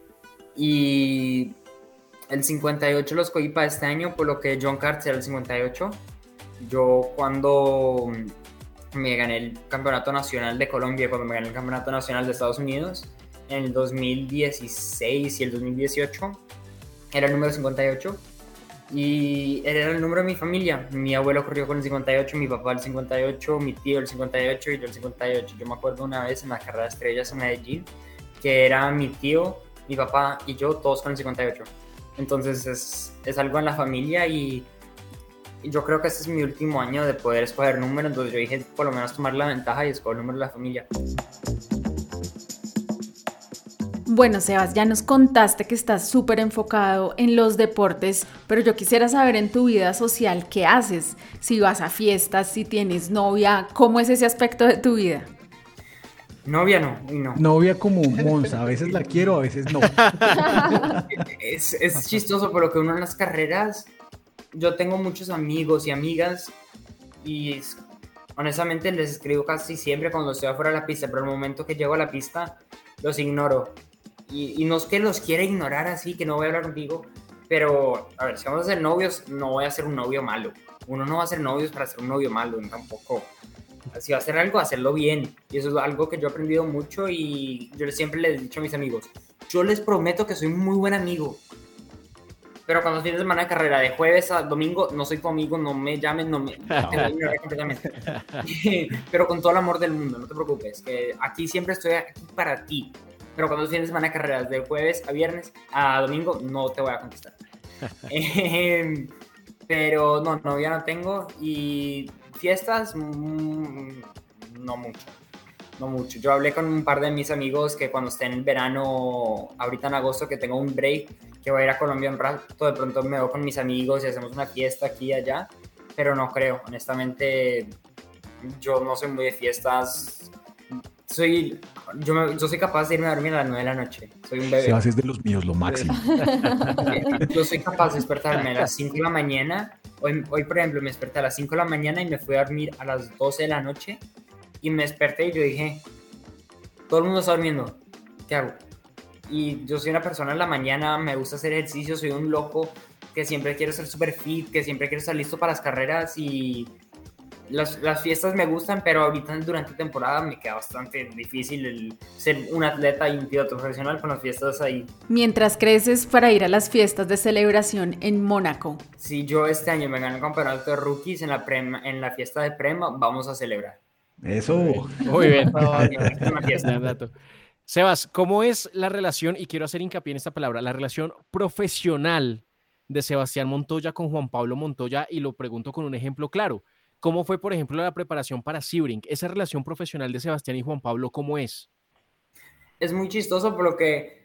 Speaker 8: Y el cincuenta y ocho lo escogí para este año, por lo que John Carter era el cincuenta y ocho. Yo cuando me gané el campeonato nacional de Colombia, cuando me gané el campeonato nacional de Estados Unidos, en el dos mil dieciséis y el dos mil dieciocho, era el número cincuenta y ocho. Y era el número de mi familia. Mi abuelo corrió con el cincuenta y ocho, mi papá el cincuenta y ocho, mi tío el cincuenta y ocho y yo el cincuenta y ocho. Yo me acuerdo una vez en la carrera de estrellas en Medellín, que era mi tío, mi papá y yo, todos con el cincuenta y ocho. Entonces es, es algo en la familia y, y yo creo que este es mi último año de poder escoger número. Entonces yo dije, por lo menos tomar la ventaja y escoger el número de la familia.
Speaker 4: Bueno, Sebas, ya nos contaste que estás súper enfocado en los deportes, pero yo quisiera saber en tu vida social qué haces, si vas a fiestas, si tienes novia, ¿cómo es ese aspecto de tu vida?
Speaker 8: Novia no, no.
Speaker 3: Novia como Monza, a veces la quiero, a veces no.
Speaker 8: es, es chistoso, pero que uno en las carreras, yo tengo muchos amigos y amigas y honestamente les escribo casi siempre cuando estoy afuera de la pista, pero el momento que llego a la pista los ignoro. Y, y no es que los quiera ignorar así, que no voy a hablar contigo, pero a ver, si vamos a ser novios, no voy a ser un novio malo. Uno no va a ser novios para ser un novio malo, tampoco. Si va a hacer algo, hacerlo bien. Y eso es algo que yo he aprendido mucho y yo siempre les he dicho a mis amigos, yo les prometo que soy un muy buen amigo. Pero cuando es fin de semana de carrera, de jueves a domingo, no soy tu amigo, no me llames, no me... Te voy a ignorar completamente. Pero con todo el amor del mundo, no te preocupes, que aquí siempre estoy aquí para ti. Pero cuando es fin de semana de carreras, de jueves a viernes a domingo, no te voy a contestar. eh, pero no, no, ya no tengo. Y fiestas, mmm, no mucho. No mucho. Yo hablé con un par de mis amigos que cuando esté en el verano, ahorita en agosto, que tengo un break, que voy a ir a Colombia un rato, de pronto me voy con mis amigos y hacemos una fiesta aquí y allá. Pero no creo, honestamente, yo no soy muy de fiestas. Soy, yo, me, yo soy capaz de irme a dormir a las nueve de la noche. Soy un bebé.
Speaker 3: Sebas es de los míos, lo máximo.
Speaker 8: Yo soy capaz de despertarme a las cinco de la mañana. Hoy, hoy, por ejemplo, me desperté a las cinco de la mañana y me fui a dormir a las doce de la noche. Y me desperté y yo dije, todo el mundo está durmiendo, ¿qué hago? Y yo soy una persona en la mañana, me gusta hacer ejercicio, soy un loco que siempre quiero ser super fit, que siempre quiero estar listo para las carreras y... Las, las fiestas me gustan, pero ahorita durante temporada me queda bastante difícil el ser un atleta y un piloto profesional con las fiestas ahí.
Speaker 4: Mientras creces para ir a las fiestas de celebración en Mónaco.
Speaker 8: Si yo este año me gano el campeonato de rookies en la, prem, en la fiesta de Prema, vamos a celebrar.
Speaker 3: Eso.
Speaker 2: Muy bien.
Speaker 8: Es una fiesta.
Speaker 2: Sebas, ¿cómo es la relación, y quiero hacer hincapié en esta palabra, la relación profesional de Sebastián Montoya con Juan Pablo Montoya? Y lo pregunto con un ejemplo claro. ¿Cómo fue, por ejemplo, la preparación para Sebring? Esa relación profesional de Sebastián y Juan Pablo, ¿cómo es?
Speaker 8: Es muy chistoso por lo que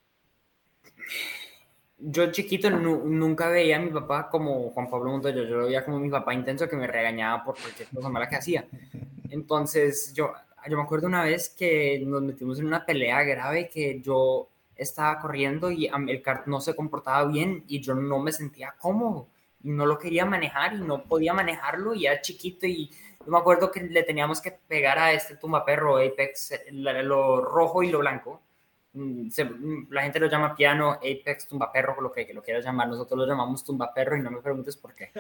Speaker 8: yo chiquito nu- nunca veía a mi papá como Juan Pablo Montoya. Yo lo veía como mi papá intenso que me regañaba por cualquier cosa mala que hacía. Entonces, yo, yo me acuerdo una vez que nos metimos en una pelea grave que yo estaba corriendo y el kart no se comportaba bien y yo no me sentía cómodo. Y no lo quería manejar y no podía manejarlo y era chiquito y yo me acuerdo que le teníamos que pegar a este tumbaperro Apex, lo rojo y lo blanco, Se, la gente lo llama piano, Apex, tumbaperro, lo que, que lo quieras llamar. Nosotros lo llamamos tumbaperro y no me preguntes por qué.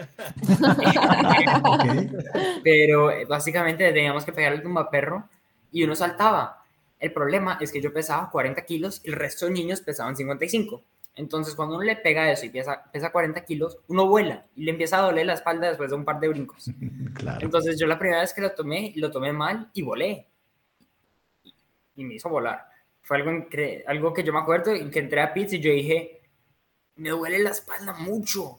Speaker 8: Okay. Pero básicamente teníamos que pegar el tumbaperro y uno saltaba. El problema es que yo pesaba cuarenta kilos y el resto de niños pesaban cincuenta y cinco. Entonces, cuando uno le pega eso y pesa, pesa cuarenta kilos, uno vuela y le empieza a doler la espalda después de un par de brincos. Claro. Entonces, yo la primera vez que lo tomé, lo tomé mal y volé. Y, y me hizo volar. Fue algo, incre- algo que yo me acuerdo y que entré a pits y yo dije, me duele la espalda mucho.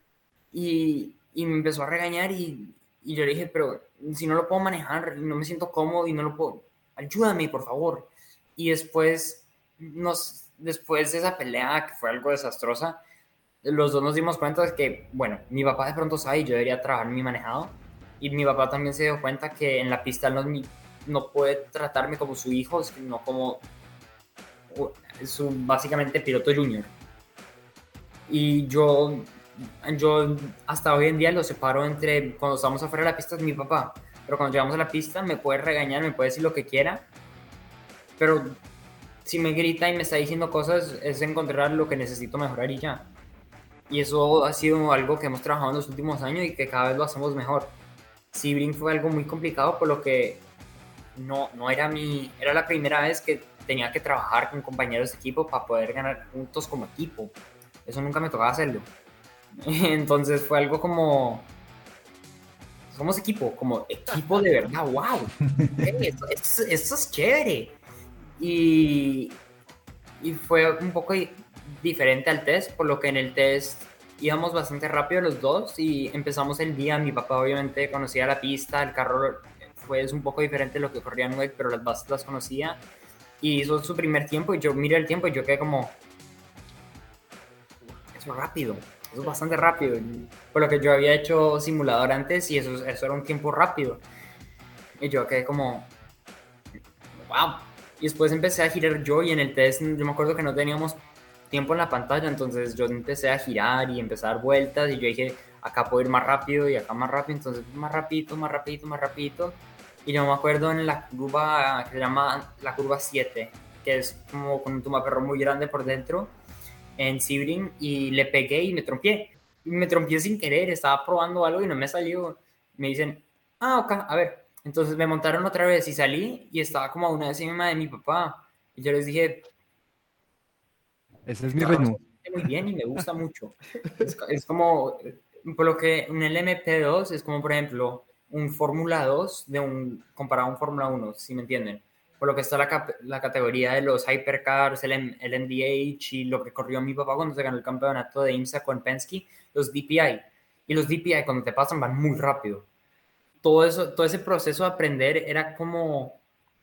Speaker 8: Y, y me empezó a regañar y, y yo le dije, pero si no lo puedo manejar, no me siento cómodo y no lo puedo, ayúdame, por favor. Y después, nos, después de esa pelea, que fue algo desastrosa, los dos nos dimos cuenta de que, bueno, mi papá de pronto sabe y yo debería trabajar mi manejado. Y mi papá también se dio cuenta que en la pista no, no puede tratarme como su hijo, sino como su básicamente piloto junior. Y yo, yo hasta hoy en día lo separo entre cuando estamos afuera de la pista es mi papá, pero cuando llegamos a la pista me puede regañar, me puede decir lo que quiera, pero si me grita y me está diciendo cosas es encontrar lo que necesito mejorar y ya. Y eso ha sido algo que hemos trabajado en los últimos años y que cada vez lo hacemos mejor. Sebring fue algo muy complicado, por lo que no, no era mi, era la primera vez que tenía que trabajar con compañeros de equipo para poder ganar juntos como equipo. Eso nunca me tocaba hacerlo. Entonces fue algo como, somos equipo, como equipo de verdad, wow. Hey, esto, esto, esto es chévere. Y, y fue un poco diferente al test, por lo que en el test íbamos bastante rápido los dos y empezamos el día. Mi papá obviamente conocía la pista, el carro fue un poco diferente de lo que corría en Wake, pero las bases las conocía. Y hizo su primer tiempo y yo miré el tiempo y yo quedé como, eso es rápido, eso es bastante rápido. Por lo que yo había hecho simulador antes y eso, eso era un tiempo rápido. Y yo quedé como, wow. Y después empecé a girar yo y en el test yo me acuerdo que no teníamos tiempo en la pantalla, entonces yo empecé a girar y empecé a dar vueltas y yo dije, acá puedo ir más rápido y acá más rápido, entonces más rapidito, más rapidito, más rapidito. Y yo me acuerdo en la curva que se llama la curva siete, que es como con un tumbaperro muy grande por dentro, en Sebring, y le pegué y me trompié. Y me trompié sin querer, estaba probando algo y no me salió. Me dicen, ah, ok, a ver. Entonces me montaron otra vez y salí y estaba como a una décima de mi papá. Y yo les dije,
Speaker 5: ese es mi ritmo.
Speaker 8: Muy bien y me gusta mucho. Es, es como, por lo que un L M P dos es como, por ejemplo, un Fórmula dos de un, comparado a un Fórmula uno, si me entienden. Por lo que está la, la categoría de los Hypercars, el, el M D H y lo que corrió mi papá cuando se ganó el campeonato de IMSA con Penske, los D P I. Y los D P I cuando te pasan van muy rápido. Todo, eso, todo ese proceso de aprender era como,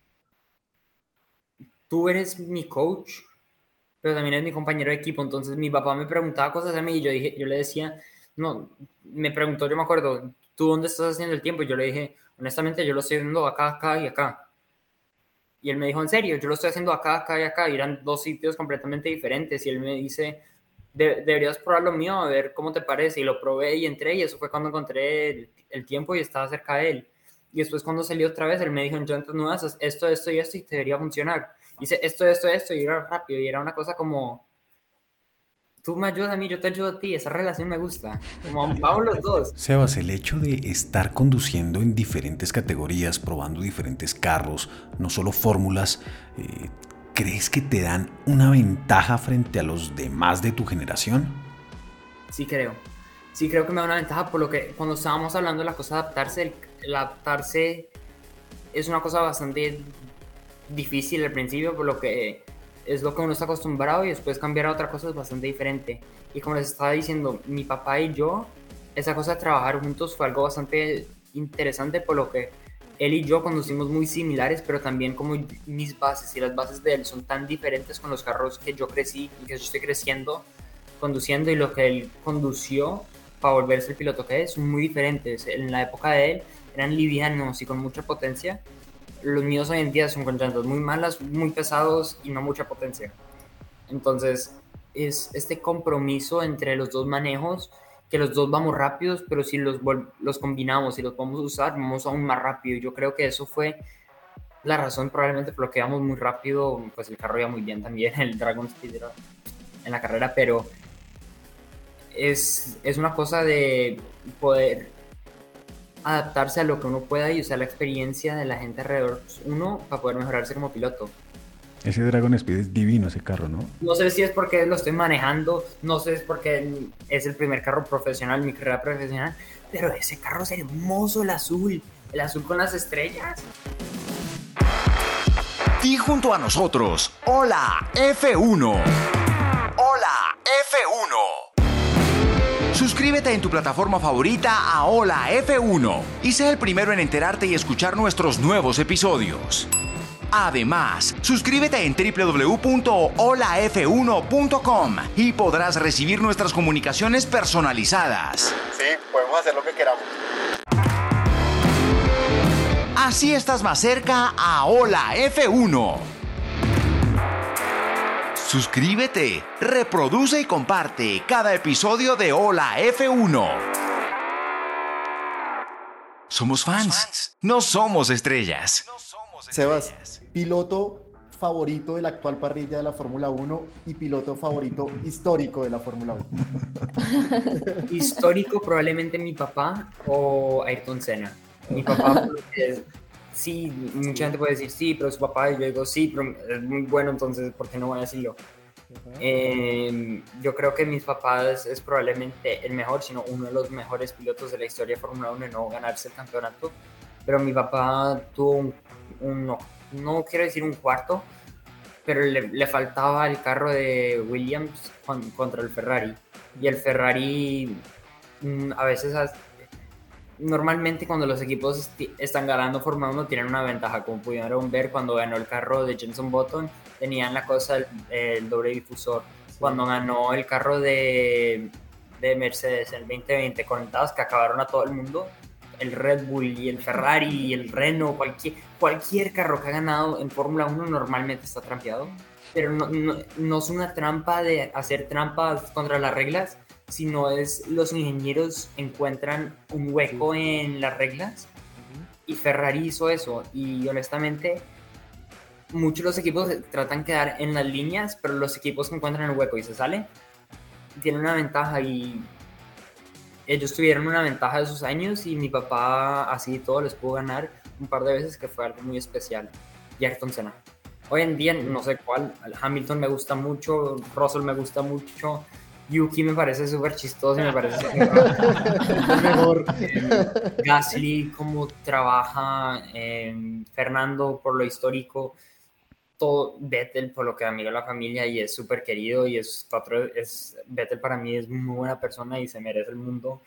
Speaker 8: tú eres mi coach, pero también eres mi compañero de equipo. Entonces mi papá me preguntaba cosas a mí y yo, dije, yo le decía, no, me preguntó, yo me acuerdo, ¿tú dónde estás haciendo el tiempo? Y yo le dije, honestamente, yo lo estoy haciendo acá, acá y acá. Y él me dijo, en serio, yo lo estoy haciendo acá, acá y acá. Y eran dos sitios completamente diferentes. Y él me dice, De- deberías probar lo mío, a ver cómo te parece. Y lo probé y entré. Y eso fue cuando encontré el, el tiempo y estaba cerca de él. Y después cuando salió otra vez, él me dijo, entonces no haces esto, esto y esto y te debería funcionar. Hice esto, esto, esto y era rápido. Y era una cosa como, tú me ayudas a mí, yo te ayudo a ti. Esa relación me gusta. Como vamos los dos.
Speaker 3: Sebas, el hecho de estar conduciendo en diferentes categorías, probando diferentes carros, no solo fórmulas, eh, ¿crees que te dan una ventaja frente a los demás de tu generación?
Speaker 8: Sí creo. Sí creo que me da una ventaja por lo que cuando estábamos hablando de la cosa de adaptarse, el, el adaptarse es una cosa bastante difícil al principio, por lo que es lo que uno está acostumbrado y después cambiar a otra cosa es bastante diferente. Y como les estaba diciendo, mi papá y yo, esa cosa de trabajar juntos fue algo bastante interesante, por lo que él y yo conducimos muy similares, pero también como mis bases y las bases de él son tan diferentes con los carros que yo crecí y que yo estoy creciendo conduciendo y lo que él condució para volverse el piloto que es, son muy diferentes. En la época de él eran livianos y con mucha potencia. Los míos hoy en día son con llantas muy malas, muy pesados y no mucha potencia. Entonces es este compromiso entre los dos manejos, que los dos vamos rápidos, pero si los, los combinamos y los podemos usar, vamos aún más rápido. Yo creo que eso fue la razón probablemente por lo que íbamos muy rápido, pues el carro iba muy bien también, el Dragon Speed era en la carrera, pero es, es una cosa de poder adaptarse a lo que uno pueda y usar la experiencia de la gente alrededor uno para poder mejorarse como piloto.
Speaker 3: Ese Dragon Speed es divino, ese carro, ¿no?
Speaker 8: No sé si es porque lo estoy manejando, no sé si es porque es el primer carro profesional, mi carrera profesional, pero ese carro es hermoso, el azul, el azul con las estrellas.
Speaker 7: Di junto a nosotros, hola F uno. Hola F uno. Suscríbete en tu plataforma favorita a Hola F uno y sé el primero en enterarte y escuchar nuestros nuevos episodios. Además, suscríbete en doble u doble u doble u punto hola f uno punto com y podrás recibir nuestras comunicaciones personalizadas.
Speaker 9: Sí, podemos hacer lo que queramos.
Speaker 7: Así estás más cerca a Hola F uno. Suscríbete, reproduce y comparte cada episodio de Hola F uno. Somos fans, no somos estrellas.
Speaker 9: Sebas, piloto favorito de la actual parrilla de la Fórmula uno y piloto favorito histórico de la Fórmula uno.
Speaker 8: Histórico probablemente mi papá o Ayrton Senna. Mi papá es, sí, mucha gente puede decir sí, pero su papá, y yo digo sí, pero es muy bueno, entonces ¿por qué no voy a decirlo? Uh-huh. Eh, yo creo que mis papás es probablemente el mejor, sino uno de los mejores pilotos de la historia de Fórmula uno en no ganarse el campeonato, pero mi papá tuvo un, un no, no quiero decir un cuarto, pero le, le faltaba el carro de Williams con, contra el Ferrari, y el Ferrari mm, a veces has, normalmente cuando los equipos est- están ganando Fórmula uno tienen una ventaja, como pudieron ver cuando ganó el carro de Jenson Button, tenían la cosa del el doble difusor. Sí. Cuando ganó el carro de, de Mercedes en el veinte veinte con das que acabaron a todo el mundo, el Red Bull y el Ferrari y el Renault, cualquier, cualquier carro que ha ganado en Fórmula uno normalmente está trampeado, pero no, no, no es una trampa de hacer trampas contra las reglas, sino es los ingenieros encuentran un hueco en las reglas y Ferrari hizo eso y honestamente muchos de los equipos tratan de quedar en las líneas, pero los equipos que encuentran el hueco y se salen tienen una ventaja y ellos tuvieron una ventaja de sus años y mi papá así todo les pudo ganar un par de veces, que fue algo muy especial. Y Ayrton Senna. Hoy en día no sé cuál, Hamilton me gusta mucho, Russell me gusta mucho, Yuki me parece súper chistoso y me parece súper mejor. Eh, Gasly, cómo trabaja, eh, Fernando por lo histórico, todo, Vettel por lo que amiga la familia y es súper querido y es, es Vettel para mí es muy buena persona y se merece el mundo.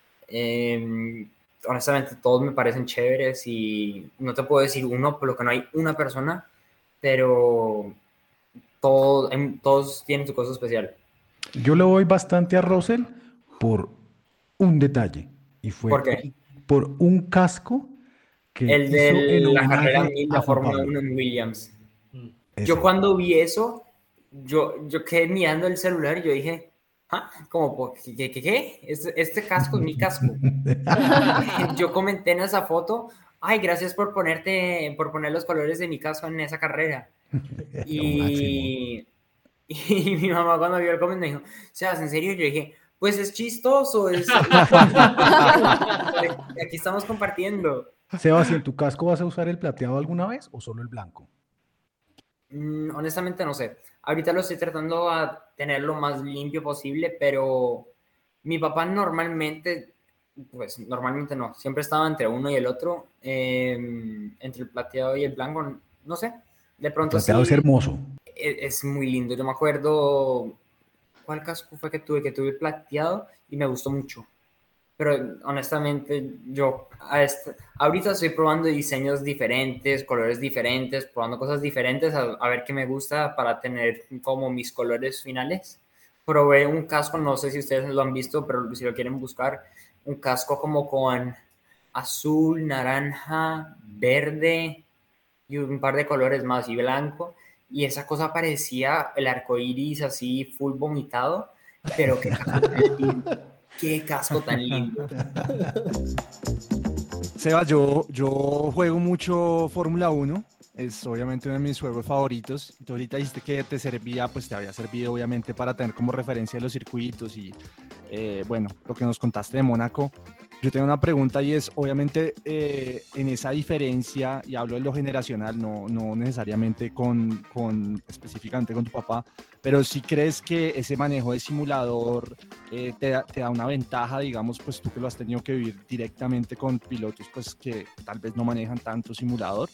Speaker 8: Eh, honestamente todos me parecen chéveres y no te puedo decir uno por lo que no hay una persona, pero todo, todos tienen su cosa especial.
Speaker 3: Yo le voy bastante a Russell por un detalle y fue
Speaker 8: ¿Por qué?
Speaker 3: por un casco que
Speaker 8: el de
Speaker 3: hizo
Speaker 8: la carrera mil de Fórmula uno en Williams. Eso. Yo cuando vi eso, yo, yo quedé mirando el celular y yo dije, ¿ah? Como, ¿qué? ¿Qué? ¿Qué? Este, este casco es mi casco. Yo comenté en esa foto, ay, gracias por ponerte, por poner los colores de mi casco en esa carrera. Y, y mi mamá cuando vio el comentario me dijo, Sebas, ¿en serio? Yo dije, pues es chistoso. Es... Aquí estamos compartiendo.
Speaker 3: Sebas, ¿en tu casco vas a usar el plateado alguna vez o solo el blanco?
Speaker 8: Mm, honestamente no sé. Ahorita lo estoy tratando a tener lo más limpio posible, pero mi papá normalmente, pues normalmente no, siempre estaba entre uno y el otro, eh, entre el plateado y el blanco, no sé. De pronto
Speaker 3: el plateado
Speaker 8: sí,
Speaker 3: es hermoso.
Speaker 8: Es, es muy lindo. Yo me acuerdo cuál casco fue que tuve, que tuve plateado y me gustó mucho. Pero honestamente yo a este, ahorita estoy probando diseños diferentes, colores diferentes, probando cosas diferentes a, a ver qué me gusta para tener como mis colores finales. Probé un casco, no sé si ustedes lo han visto, pero si lo quieren buscar, un casco como con azul, naranja, verde y un par de colores más y blanco. Y esa cosa parecía el arco iris así full vomitado, pero qué Qué casco tan lindo.
Speaker 5: Sebas, yo, yo juego mucho Fórmula uno es obviamente uno de mis juegos favoritos. Tú ahorita dijiste que te servía, pues te había servido obviamente para tener como referencia los circuitos y eh, bueno, lo que nos contaste de Mónaco. Yo tengo una pregunta y es, obviamente, eh, en esa diferencia, y hablo de lo generacional, no, no necesariamente con, con, específicamente con tu papá, pero si crees que ese manejo de simulador eh, te, da, te da una ventaja, digamos, pues tú que lo has tenido que vivir directamente con pilotos, pues que tal vez no manejan tanto simulador.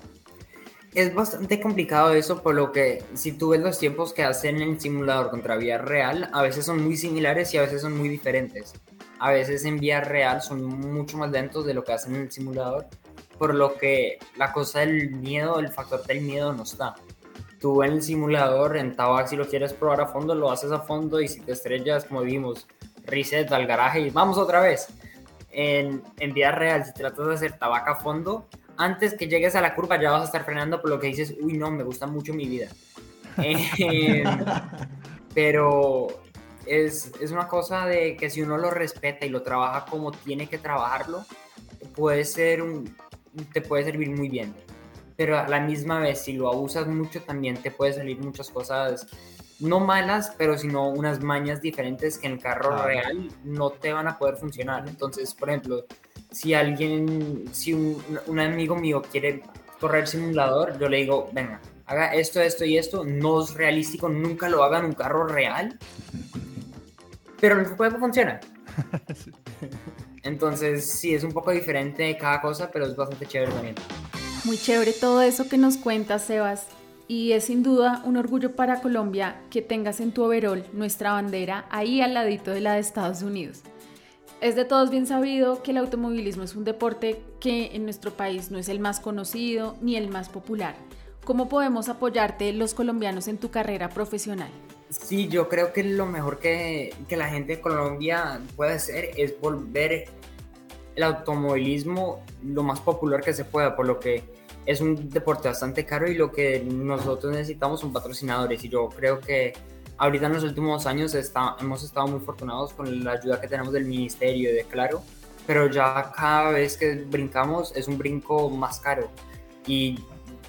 Speaker 8: Es bastante complicado eso, por lo que si tú ves los tiempos que hacen en el simulador contra vida real, a veces son muy similares y a veces son muy diferentes. A veces en vida real son mucho más lentos de lo que hacen en el simulador, por lo que la cosa del miedo, el factor del miedo no está. Tú en el simulador, en Tabac, si lo quieres probar a fondo, lo haces a fondo, y si te estrellas, como vimos, reset al garaje y vamos otra vez. En, en vida real, si tratas de hacer Tabac a fondo, antes que llegues a la curva ya vas a estar frenando, por lo que dices, uy no, me gusta mucho mi vida. eh, pero es, es una cosa de que si uno lo respeta y lo trabaja como tiene que trabajarlo, puede ser un, te puede servir muy bien. Pero a la misma vez, si lo abusas mucho, también te puede salir muchas cosas, no malas, pero sino unas mañas diferentes que en el carro claro. real no te van a poder funcionar. Entonces, por ejemplo, si alguien, si un, un amigo mío quiere correr simulador, yo le digo, venga, haga esto, esto y esto, no es realístico, nunca lo haga en un carro real, pero el juego funciona. Entonces, sí, es un poco diferente de cada cosa, pero es bastante chévere también.
Speaker 4: Muy chévere todo eso que nos cuentas, Sebas, y es sin duda un orgullo para Colombia que tengas en tu overol nuestra bandera ahí al ladito de la de Estados Unidos. Es de todos bien sabido que el automovilismo es un deporte que en nuestro país no es el más conocido ni el más popular. ¿Cómo podemos apoyarte los colombianos en tu carrera profesional?
Speaker 8: Sí, yo creo que lo mejor que, que la gente de Colombia puede hacer es volver el automovilismo lo más popular que se pueda, por lo que es un deporte bastante caro y lo que nosotros necesitamos son patrocinadores, y yo creo que ahorita en los últimos años está, hemos estado muy afortunados con la ayuda que tenemos del ministerio y de Claro, pero ya cada vez que brincamos es un brinco más caro y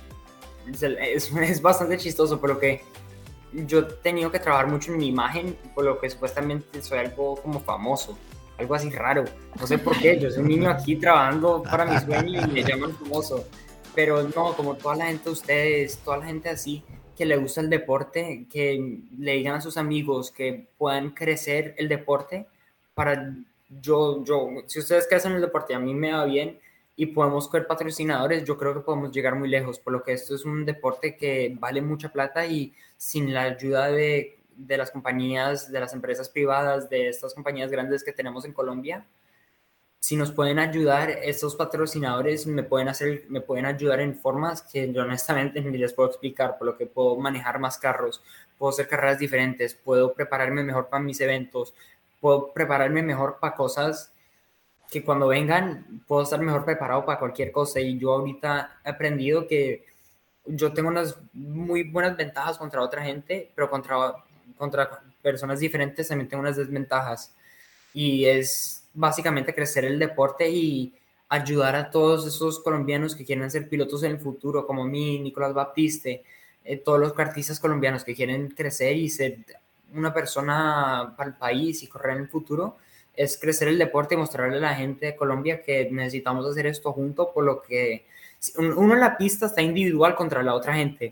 Speaker 8: es, es, es bastante chistoso, por lo que yo he tenido que trabajar mucho en mi imagen, por lo que supuestamente soy algo como famoso, algo así raro, no sé por qué, yo soy un niño aquí trabajando para mi sueño y me llaman famoso, pero no, como toda la gente de ustedes, toda la gente así que le gusta el deporte, que le digan a sus amigos que puedan crecer el deporte para yo, yo, si ustedes que hacen el deporte a mí me va bien y podemos coger patrocinadores, yo creo que podemos llegar muy lejos, por lo que esto es un deporte que vale mucha plata y sin la ayuda de, de las compañías, de las empresas privadas, de estas compañías grandes que tenemos en Colombia, si nos pueden ayudar, estos patrocinadores me pueden, hacer, me pueden ayudar en formas que yo honestamente ni les puedo explicar, por lo que puedo manejar más carros, puedo hacer carreras diferentes, puedo prepararme mejor para mis eventos, puedo prepararme mejor para cosas que cuando vengan puedo estar mejor preparado para cualquier cosa. Y yo ahorita he aprendido que yo tengo unas muy buenas ventajas contra otra gente, pero contra, contra personas diferentes también tengo unas desventajas. Y es básicamente crecer el deporte y ayudar a todos esos colombianos que quieren ser pilotos en el futuro, como mí, Nicolás Baptiste, eh, todos los kartistas colombianos que quieren crecer y ser una persona para el país y correr en el futuro, es crecer el deporte y mostrarle a la gente de Colombia que necesitamos hacer esto juntos, por lo que uno en la pista está individual contra la otra gente,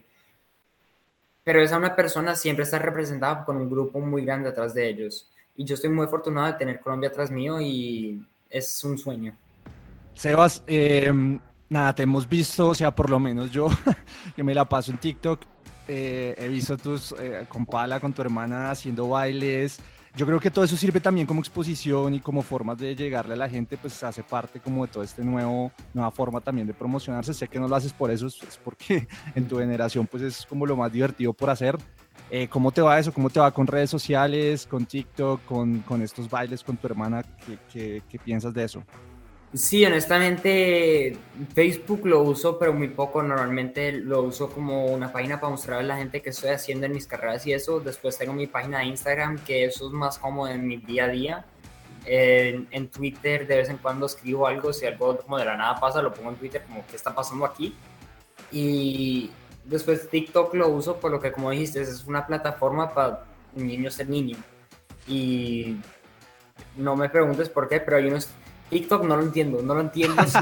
Speaker 8: pero esa una persona siempre está representada con un grupo muy grande atrás de ellos. Y yo estoy muy afortunado de tener Colombia atrás mío y es un sueño.
Speaker 5: Sebas, eh, nada, te hemos visto, o sea, por lo menos yo, que me la paso en TikTok, eh, he visto tus, eh, con Pala, con tu hermana, haciendo bailes. Yo creo que todo eso sirve también como exposición y como formas de llegarle a la gente, pues hace parte como de todo este nuevo, nueva forma también de promocionarse. Sé que no lo haces por eso, es porque en tu generación pues es como lo más divertido por hacer. Eh, ¿Cómo te va eso? ¿Cómo te va con redes sociales, con TikTok, con, con estos bailes con tu hermana? ¿Qué, qué, qué piensas de eso?
Speaker 8: Sí, honestamente Facebook lo uso, pero muy poco. Normalmente lo uso como una página para mostrarle a la gente que estoy haciendo en mis carreras y eso. Después tengo mi página de Instagram, que eso es más como en mi día a día. En, en Twitter de vez en cuando escribo algo, si algo como de la nada pasa, lo pongo en Twitter como qué está pasando aquí. Y después TikTok lo uso por lo que, como dijiste, es una plataforma para un niño ser niño. Y no me preguntes por qué, pero hay unos... TikTok no lo entiendo, no lo entiendo. Si...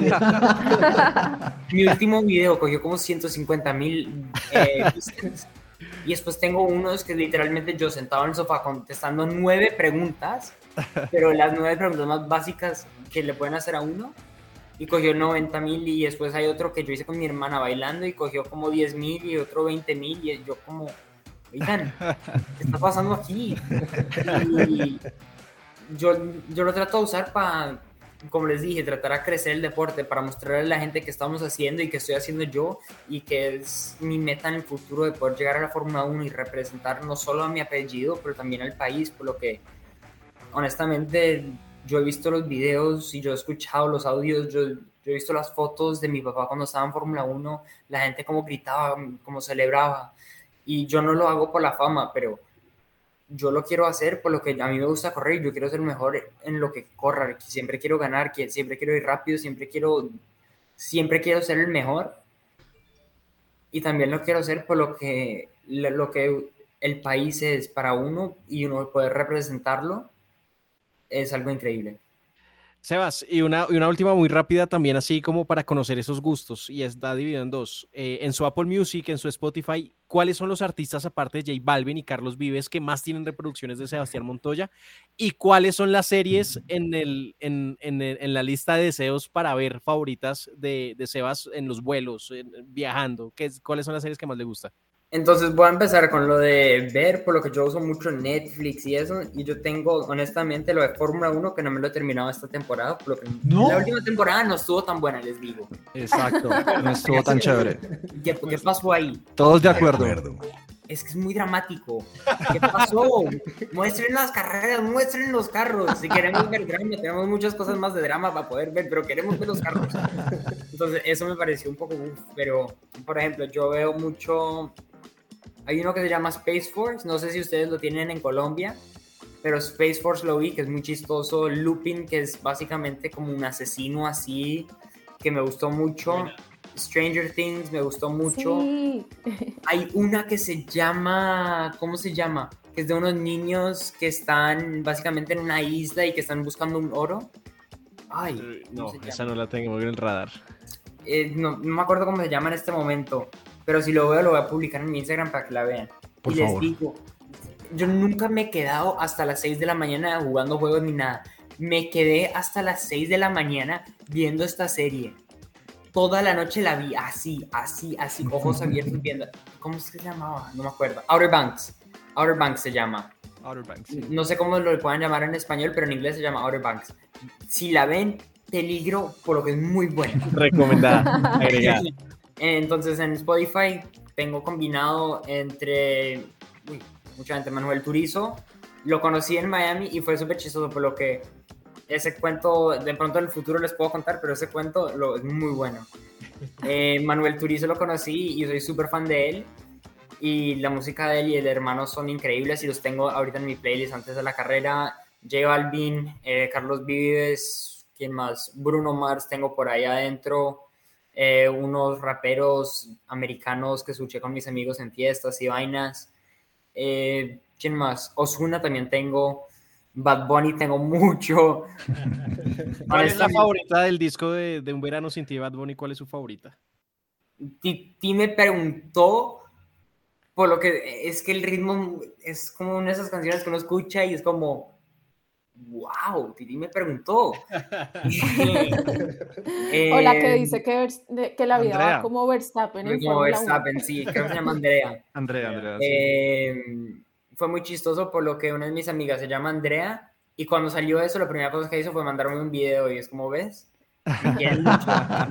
Speaker 8: Mi último video cogió como ciento cincuenta mil eh, vistas. Y después tengo unos que literalmente yo sentado en el sofá contestando nueve preguntas, pero las nueve preguntas más básicas que le pueden hacer a uno, y cogió noventa mil. Y después hay otro que yo hice con mi hermana bailando y cogió como diez mil y otro veinte mil, y yo como, oigan, ¿qué está pasando aquí? Y yo, yo lo trato de usar para, como les dije, tratar de crecer el deporte, para mostrarle a la gente que estamos haciendo y que estoy haciendo yo, y que es mi meta en el futuro de poder llegar a la Fórmula uno y representar no solo a mi apellido, pero también al país, por lo que honestamente yo he visto los videos y yo he escuchado los audios, yo, yo he visto las fotos de mi papá cuando estaba en Fórmula uno, la gente como gritaba, como celebraba, y yo no lo hago por la fama, pero yo lo quiero hacer por lo que a mí me gusta correr. Yo quiero ser mejor en lo que corra, siempre quiero ganar, siempre quiero ir rápido, siempre quiero, siempre quiero ser el mejor, y también lo quiero hacer por lo que, lo que el país es para uno, y uno poder representarlo es algo increíble.
Speaker 2: Sebas, y una, y una última muy rápida también, así como para conocer esos gustos, y está dividido en dos. Eh, en su Apple Music, en su Spotify, ¿cuáles son los artistas, aparte de J Balvin y Carlos Vives, que más tienen reproducciones de Sebastián Montoya? ¿Y cuáles son las series en, el, en, en, el, en la lista de deseos para ver favoritas de, de Sebas en los vuelos, en, viajando? ¿Qué, ¿Cuáles son las series que más le gusta?
Speaker 8: Entonces voy a empezar con lo de ver, por lo que yo uso mucho Netflix y eso, y yo tengo honestamente lo de Fórmula uno, que no me lo he terminado esta temporada, por lo que ¿No? La última temporada no estuvo tan buena, les digo.
Speaker 5: Exacto, no estuvo tan chévere.
Speaker 8: ¿Qué, ¿Qué pasó ahí?
Speaker 5: Todos de acuerdo.
Speaker 8: Es que es muy dramático. ¿Qué pasó? Muestren las carreras, muestren los carros. Si queremos ver drama, tenemos muchas cosas más de drama para poder ver, pero queremos ver los carros. Entonces eso me pareció un poco uf, pero por ejemplo yo veo mucho... Hay uno que se llama Space Force, no sé si ustedes lo tienen en Colombia, pero Space Force lo vi, que es muy chistoso. Lupin, que es básicamente como un asesino así, que me gustó mucho. Bueno. Stranger Things, me gustó mucho. Sí. Hay una que se llama, ¿cómo se llama? Que es de unos niños que están básicamente en una isla y que están buscando un oro. Ay,
Speaker 2: no, esa no la tengo en el radar.
Speaker 8: Eh, no, no me acuerdo cómo se llama en este momento, pero si lo veo lo voy a publicar en mi Instagram para que la vean.
Speaker 3: Por
Speaker 8: y
Speaker 3: favor.
Speaker 8: Les digo, yo nunca me he quedado hasta las seis de la mañana jugando juegos ni nada. Me quedé hasta las seis de la mañana viendo esta serie. Toda la noche la vi así, así, así, ojos abiertos viendo. ¿Cómo se llamaba? No me acuerdo. Outer Banks. Outer Banks se llama.
Speaker 5: Outer Banks, sí.
Speaker 8: No sé cómo lo puedan llamar en español, pero en inglés se llama Outer Banks. Si la ven, peligro, por lo que es muy buena.
Speaker 2: Recomendada. Agregada.
Speaker 8: Entonces en Spotify tengo combinado entre uy, mucha gente. Manuel Turizo, lo conocí en Miami y fue súper chistoso, por lo que ese cuento de pronto en el futuro les puedo contar, pero ese cuento lo, es muy bueno. eh, Manuel Turizo lo conocí y soy súper fan de él, y la música de él y el hermano son increíbles y los tengo ahorita en mi playlist antes de la carrera. J Balvin, eh, Carlos Vives, ¿quién más? Bruno Mars tengo por ahí adentro. Eh, unos raperos americanos que escuché con mis amigos en fiestas y vainas. Eh, ¿Quién más? Ozuna también tengo. Bad Bunny tengo mucho.
Speaker 2: ¿Cuál es la favorita del disco de, de Un Verano Sin Ti, Bad Bunny? ¿Cuál es su favorita?
Speaker 8: Titi me preguntó, por lo que es que el ritmo es como una de esas canciones que uno escucha y es como... Wow, Titi me preguntó.
Speaker 4: eh, o la que dice que, que la vida
Speaker 5: Andrea.
Speaker 4: va como Verstappen. En
Speaker 8: como Verstappen, sí, creo que se llama Andrea.
Speaker 5: Andrea, Andrea.
Speaker 8: Eh, sí. Fue muy chistoso, por lo que una de mis amigas se llama Andrea, y cuando salió eso, la primera cosa que hizo fue mandarme un video, y es como, ¿ves? Me quieren mucho.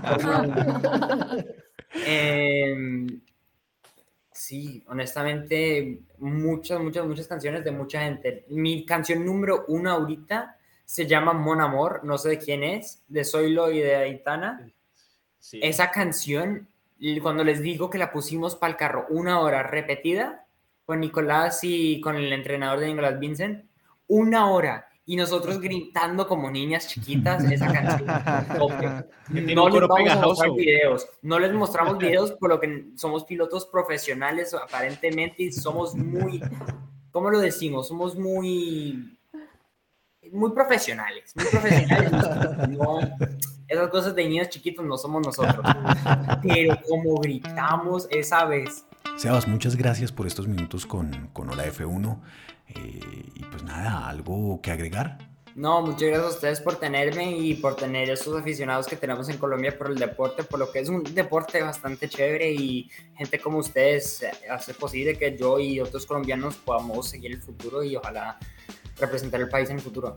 Speaker 8: eh, Sí, honestamente, muchas, muchas, muchas canciones de mucha gente. Mi canción número uno ahorita se llama Mon Amor, no sé de quién es, de Zoilo y de Aitana. Sí. Esa canción, cuando les digo que la pusimos para el carro una hora repetida, con Nicolás y con el entrenador de Nicolás Vincent, una hora, y nosotros gritando como niñas chiquitas esa canción.
Speaker 2: Tiene
Speaker 8: No
Speaker 2: un
Speaker 8: les
Speaker 2: coro
Speaker 8: vamos a mostrar
Speaker 2: pegajoso.
Speaker 8: videos, no les mostramos videos por lo que somos pilotos profesionales aparentemente y somos muy, ¿cómo lo decimos? Somos muy, muy profesionales, muy profesionales. No, esas cosas de niños chiquitos no somos nosotros. Pero como gritamos esa vez.
Speaker 3: Sebas, muchas gracias por estos minutos con, con Hola F uno. Eh, y pues nada, ¿algo que agregar?
Speaker 8: No, muchas gracias a ustedes por tenerme y por tener esos aficionados que tenemos en Colombia por el deporte, por lo que es un deporte bastante chévere y gente como ustedes hace posible que yo y otros colombianos podamos seguir el futuro y ojalá representar el país en el futuro.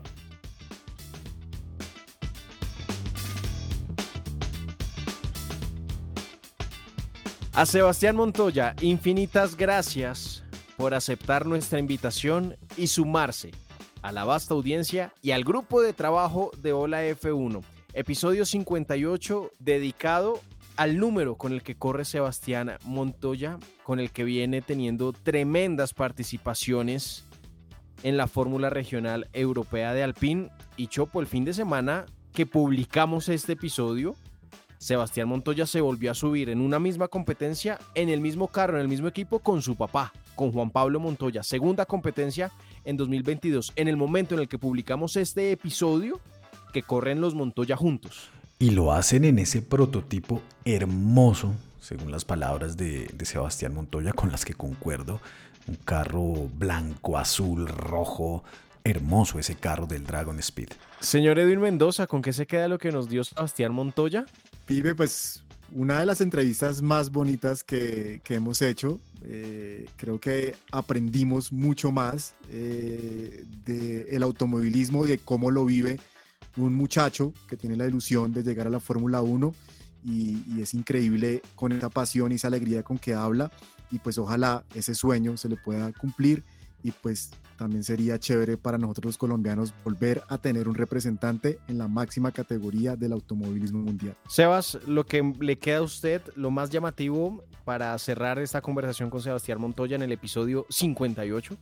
Speaker 2: A Sebastián Montoya, infinitas gracias por aceptar nuestra invitación y sumarse a la vasta audiencia y al grupo de trabajo de Hola F uno. Episodio cincuenta y ocho dedicado al número con el que corre Sebastián Montoya, con el que viene teniendo tremendas participaciones en la Fórmula Regional Europea de Alpine. Y Chopo, el fin de semana que publicamos este episodio, Sebastián Montoya se volvió a subir en una misma competencia, en el mismo carro, en el mismo equipo con su papá, con Juan Pablo Montoya. Segunda competencia en dos mil veintidós, en el momento en el que publicamos este episodio, que corren los Montoya juntos.
Speaker 3: Y lo hacen en ese prototipo hermoso, según las palabras de, de Sebastián Montoya, con las que concuerdo. Un carro blanco, azul, rojo, hermoso ese carro del Dragon Speed.
Speaker 2: Señor Edwin Mendoza, ¿con qué se queda lo que nos dio Sebastián Montoya?
Speaker 6: Pibe, pues una de las entrevistas más bonitas que, que hemos hecho. Eh, creo que aprendimos mucho más eh, del automovilismo, de cómo lo vive un muchacho que tiene la ilusión de llegar a la Fórmula uno y, y es increíble con esa pasión y esa alegría con que habla, y pues ojalá ese sueño se le pueda cumplir, y pues también sería chévere para nosotros los colombianos volver a tener un representante en la máxima categoría del automovilismo mundial.
Speaker 2: Sebas, lo que le queda a usted, lo más llamativo para cerrar esta conversación con Sebastián Montoya en el episodio cincuenta y ocho.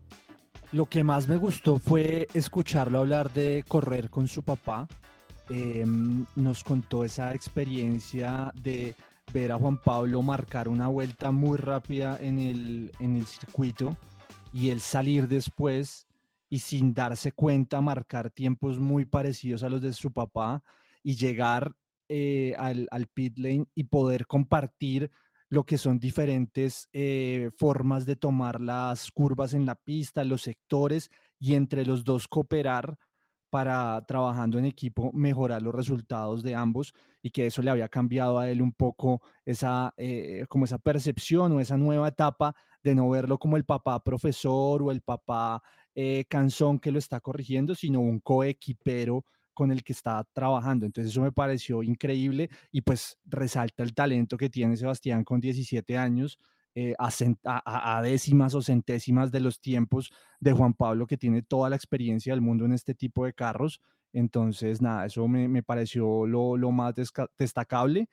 Speaker 5: Lo que más me gustó fue escucharlo hablar de correr con su papá. Eh, nos contó esa experiencia de ver a Juan Pablo marcar una vuelta muy rápida en el, en el circuito y él salir después y sin darse cuenta marcar tiempos muy parecidos a los de su papá y llegar eh, al, al pit lane y poder compartir lo que son diferentes eh, formas de tomar las curvas en la pista, los sectores, y entre los dos cooperar para, trabajando en equipo, mejorar los resultados de ambos, y que eso le había cambiado a él un poco esa, eh, como esa percepción o esa nueva etapa de no verlo como el papá profesor o el papá eh, cansón que lo está corrigiendo, sino un coequipero con el que está trabajando. Entonces eso me pareció increíble, y pues resalta el talento que tiene Sebastián con diecisiete años, eh, a, a, a décimas o centésimas de los tiempos de Juan Pablo, que tiene toda la experiencia del mundo en este tipo de carros. Entonces nada, eso me, me pareció lo, lo más destacable.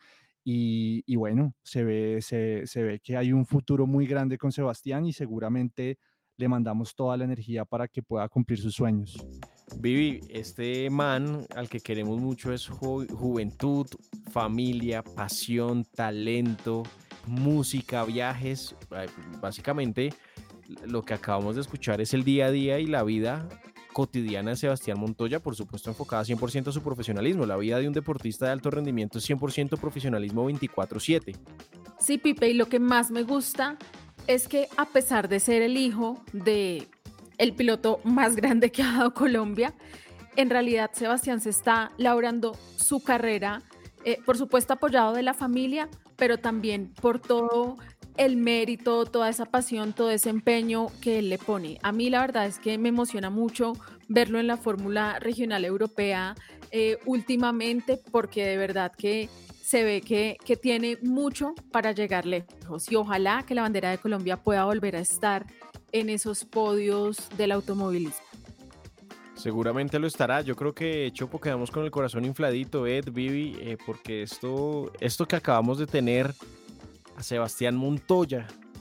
Speaker 5: Y, y bueno, se ve, se, se ve que hay un futuro muy grande con Sebastián, y seguramente le mandamos toda la energía para que pueda cumplir sus sueños.
Speaker 2: Vivi, este man al que queremos mucho es ju- juventud, familia, pasión, talento, música, viajes. Básicamente lo que acabamos de escuchar es el día a día y la vida cotidiana de Sebastián Montoya, por supuesto enfocada cien por ciento a su profesionalismo. La vida de un deportista de alto rendimiento es cien por ciento profesionalismo veinticuatro siete.
Speaker 4: Sí, Pipe, y lo que más me gusta es que, a pesar de ser el hijo de el piloto más grande que ha dado Colombia, en realidad Sebastián se está labrando su carrera, eh, por supuesto apoyado de la familia, pero también por todo el mérito, toda esa pasión, todo ese empeño que él le pone. A mí la verdad es que me emociona mucho verlo en la Fórmula Regional Europea eh, últimamente, porque de verdad que se ve que, que tiene mucho para llegar lejos, y ojalá que la bandera de Colombia pueda volver a estar en esos podios del automovilismo.
Speaker 2: Seguramente lo estará. Yo creo que, Chopo, quedamos con el corazón infladito, Ed, Vivi, eh, porque esto, esto que acabamos de tener a Sebastián Montoya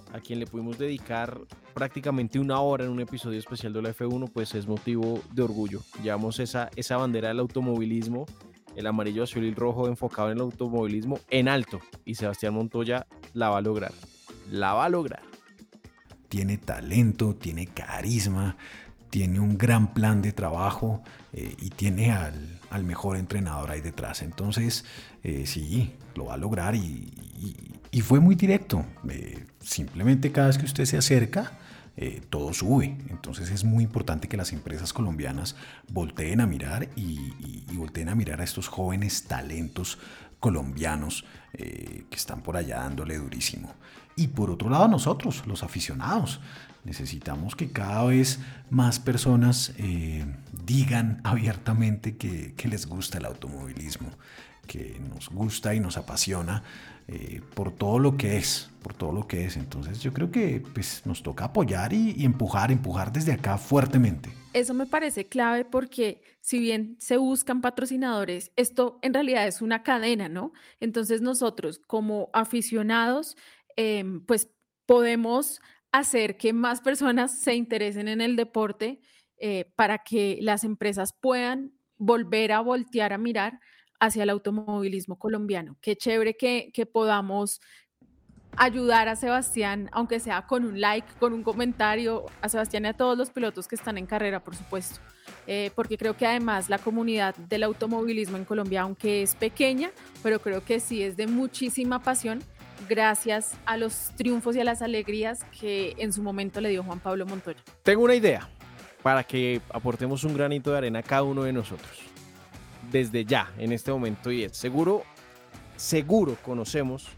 Speaker 2: a quien le pudimos dedicar prácticamente una hora en un episodio especial de la F uno, pues es motivo de orgullo. Llevamos esa, esa bandera del automovilismo, el amarillo, azul y el rojo enfocado en el automovilismo en alto, y Sebastián Montoya la va a lograr, la va a lograr.
Speaker 3: Tiene talento, tiene carisma, tiene un gran plan de trabajo eh, y tiene al, al mejor entrenador ahí detrás. Entonces, eh, sí, lo va a lograr y, y, y fue muy directo. Eh, simplemente cada vez que usted se acerca, eh, todo sube. Entonces es muy importante que las empresas colombianas volteen a mirar y, y, y volteen a mirar a estos jóvenes talentos colombianos eh, que están por allá dándole durísimo. Y por otro lado nosotros, los aficionados, necesitamos que cada vez más personas eh, digan abiertamente que, que les gusta el automovilismo, que nos gusta y nos apasiona eh, por todo lo que es, por todo lo que es. Entonces yo creo que pues, nos toca apoyar y, y empujar, empujar desde acá fuertemente.
Speaker 4: Eso me parece clave porque si bien se buscan patrocinadores, esto en realidad es una cadena, ¿no? Entonces nosotros como aficionados, eh, pues podemos hacer que más personas se interesen en el deporte eh, para que las empresas puedan volver a voltear a mirar hacia el automovilismo colombiano. Qué chévere que, que podamos ayudar a Sebastián, aunque sea con un like, con un comentario, a Sebastián y a todos los pilotos que están en carrera, por supuesto, eh, porque creo que además la comunidad del automovilismo en Colombia, aunque es pequeña, pero creo que sí es de muchísima pasión, gracias a los triunfos y a las alegrías que en su momento le dio Juan Pablo Montoya.
Speaker 2: Tengo una idea para que aportemos un granito de arena a cada uno de nosotros. Desde ya, en este momento, y es seguro, seguro conocemos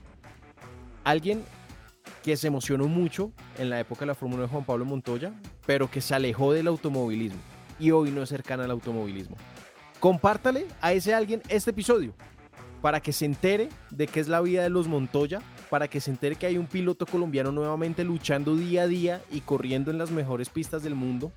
Speaker 2: a alguien que se emocionó mucho en la época de la Fórmula de Juan Pablo Montoya, pero que se alejó del automovilismo y hoy no es cercana al automovilismo. Compártale a ese alguien este episodio para que se entere de qué es la vida de los Montoya, para que se entere que hay un piloto colombiano nuevamente luchando día a día y corriendo en las mejores pistas del mundo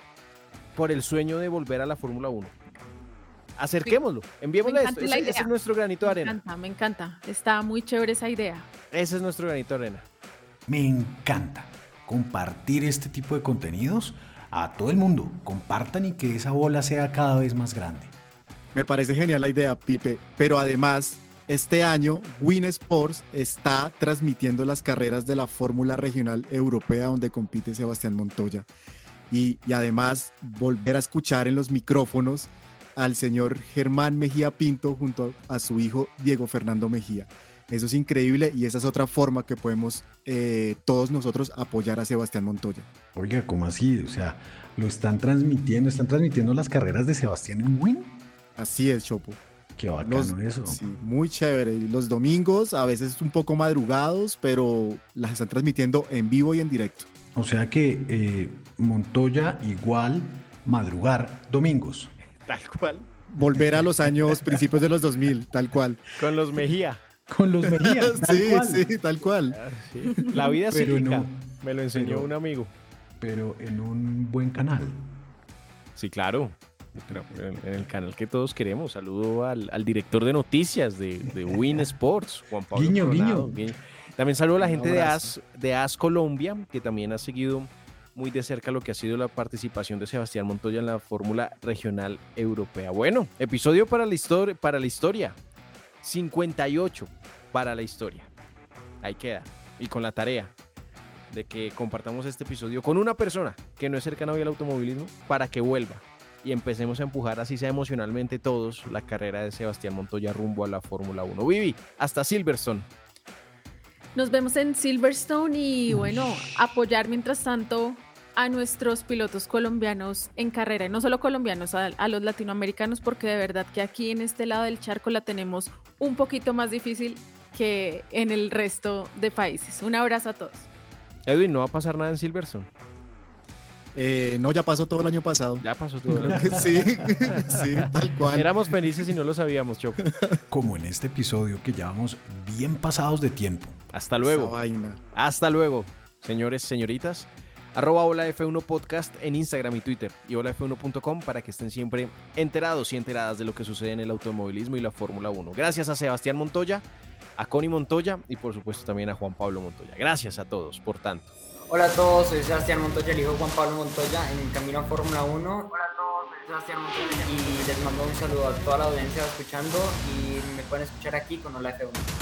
Speaker 2: por el sueño de volver a la Fórmula uno. Acerquémoslo, enviémosle esto, ese, ese es nuestro granito de arena.
Speaker 4: Me encanta, me encanta, está muy chévere esa idea.
Speaker 2: Ese es nuestro granito de arena.
Speaker 3: Me encanta compartir este tipo de contenidos a todo el mundo. Compartan y que esa bola sea cada vez más grande.
Speaker 6: Me parece genial la idea, Pipe, pero además este año Win Sports está transmitiendo las carreras de la Fórmula Regional Europea donde compite Sebastián Montoya y, y además volver a escuchar en los micrófonos al señor Germán Mejía Pinto junto a su hijo Diego Fernando Mejía. Eso es increíble y esa es otra forma que podemos eh, todos nosotros apoyar a Sebastián Montoya.
Speaker 3: Oiga, ¿cómo así? O sea, ¿lo están transmitiendo? ¿Están transmitiendo las carreras de Sebastián en Win?
Speaker 6: Así es, Chopo.
Speaker 3: Qué bacano
Speaker 6: los,
Speaker 3: eso.
Speaker 6: Sí, muy chévere. Y los domingos, a veces un poco madrugados, pero las están transmitiendo en vivo y en directo.
Speaker 3: O sea que eh, Montoya igual madrugar domingos.
Speaker 2: Tal cual.
Speaker 6: Volver a los años, principios de los dos mil, tal cual.
Speaker 2: Con los Mejía.
Speaker 3: Con los Mejía, tal
Speaker 6: sí,
Speaker 3: cual.
Speaker 6: sí, tal cual.
Speaker 2: Ah, sí. La vida
Speaker 3: Pero
Speaker 2: cíclica,
Speaker 3: no,
Speaker 2: me lo enseñó
Speaker 3: pero,
Speaker 2: un amigo.
Speaker 3: Pero en un buen canal.
Speaker 2: Sí, claro. En, en el canal que todos queremos. Saludo al, al director de noticias de, de Win Sports, Juan Pablo
Speaker 3: Guiño,
Speaker 2: Coronado.
Speaker 3: guiño.
Speaker 2: También saludo a la
Speaker 6: Un
Speaker 2: gente de
Speaker 6: abrazo.
Speaker 2: AS, de AS Colombia, que también ha seguido muy de cerca lo que ha sido la participación de Sebastián Montoya en la Fórmula Regional Europea. Bueno, episodio para la, histori- para la historia. cincuenta y ocho para la historia. Ahí queda. Y con la tarea de que compartamos este episodio con una persona que no es cercana hoy al automovilismo para que vuelva y empecemos a empujar, así sea emocionalmente todos, la carrera de Sebastián Montoya rumbo a la Fórmula uno. Vivi, hasta Silverstone.
Speaker 4: Nos vemos en Silverstone y bueno, apoyar mientras tanto a nuestros pilotos colombianos en carrera, y no solo colombianos, a, a los latinoamericanos, porque de verdad que aquí en este lado del charco la tenemos un poquito más difícil que en el resto de países. Un abrazo a todos.
Speaker 2: Edwin, no va a pasar nada en Silverstone.
Speaker 6: Eh, no, ya pasó todo el año pasado.
Speaker 2: Ya pasó todo el año.
Speaker 6: Sí, sí, tal cual.
Speaker 2: Éramos felices y no lo sabíamos, Choco.
Speaker 3: Como en este episodio que llevamos bien pasados de tiempo.
Speaker 2: Hasta
Speaker 6: Esa
Speaker 2: luego.
Speaker 6: vaina.
Speaker 2: Hasta luego, señores, señoritas. Arroba Hola F uno Podcast en Instagram y Twitter y hola F uno punto com para que estén siempre enterados y enteradas de lo que sucede en el automovilismo y la Fórmula uno. Gracias a Sebastián Montoya, a Connie Montoya y por supuesto también a Juan Pablo Montoya. Gracias a todos por tanto.
Speaker 8: Hola a todos, soy Sebastián Montoya, el hijo de Juan Pablo Montoya, en camino a Fórmula uno. Hola a todos, soy Sebastián Montoya y les mando un saludo a toda la audiencia escuchando y me pueden escuchar aquí con Hola F uno.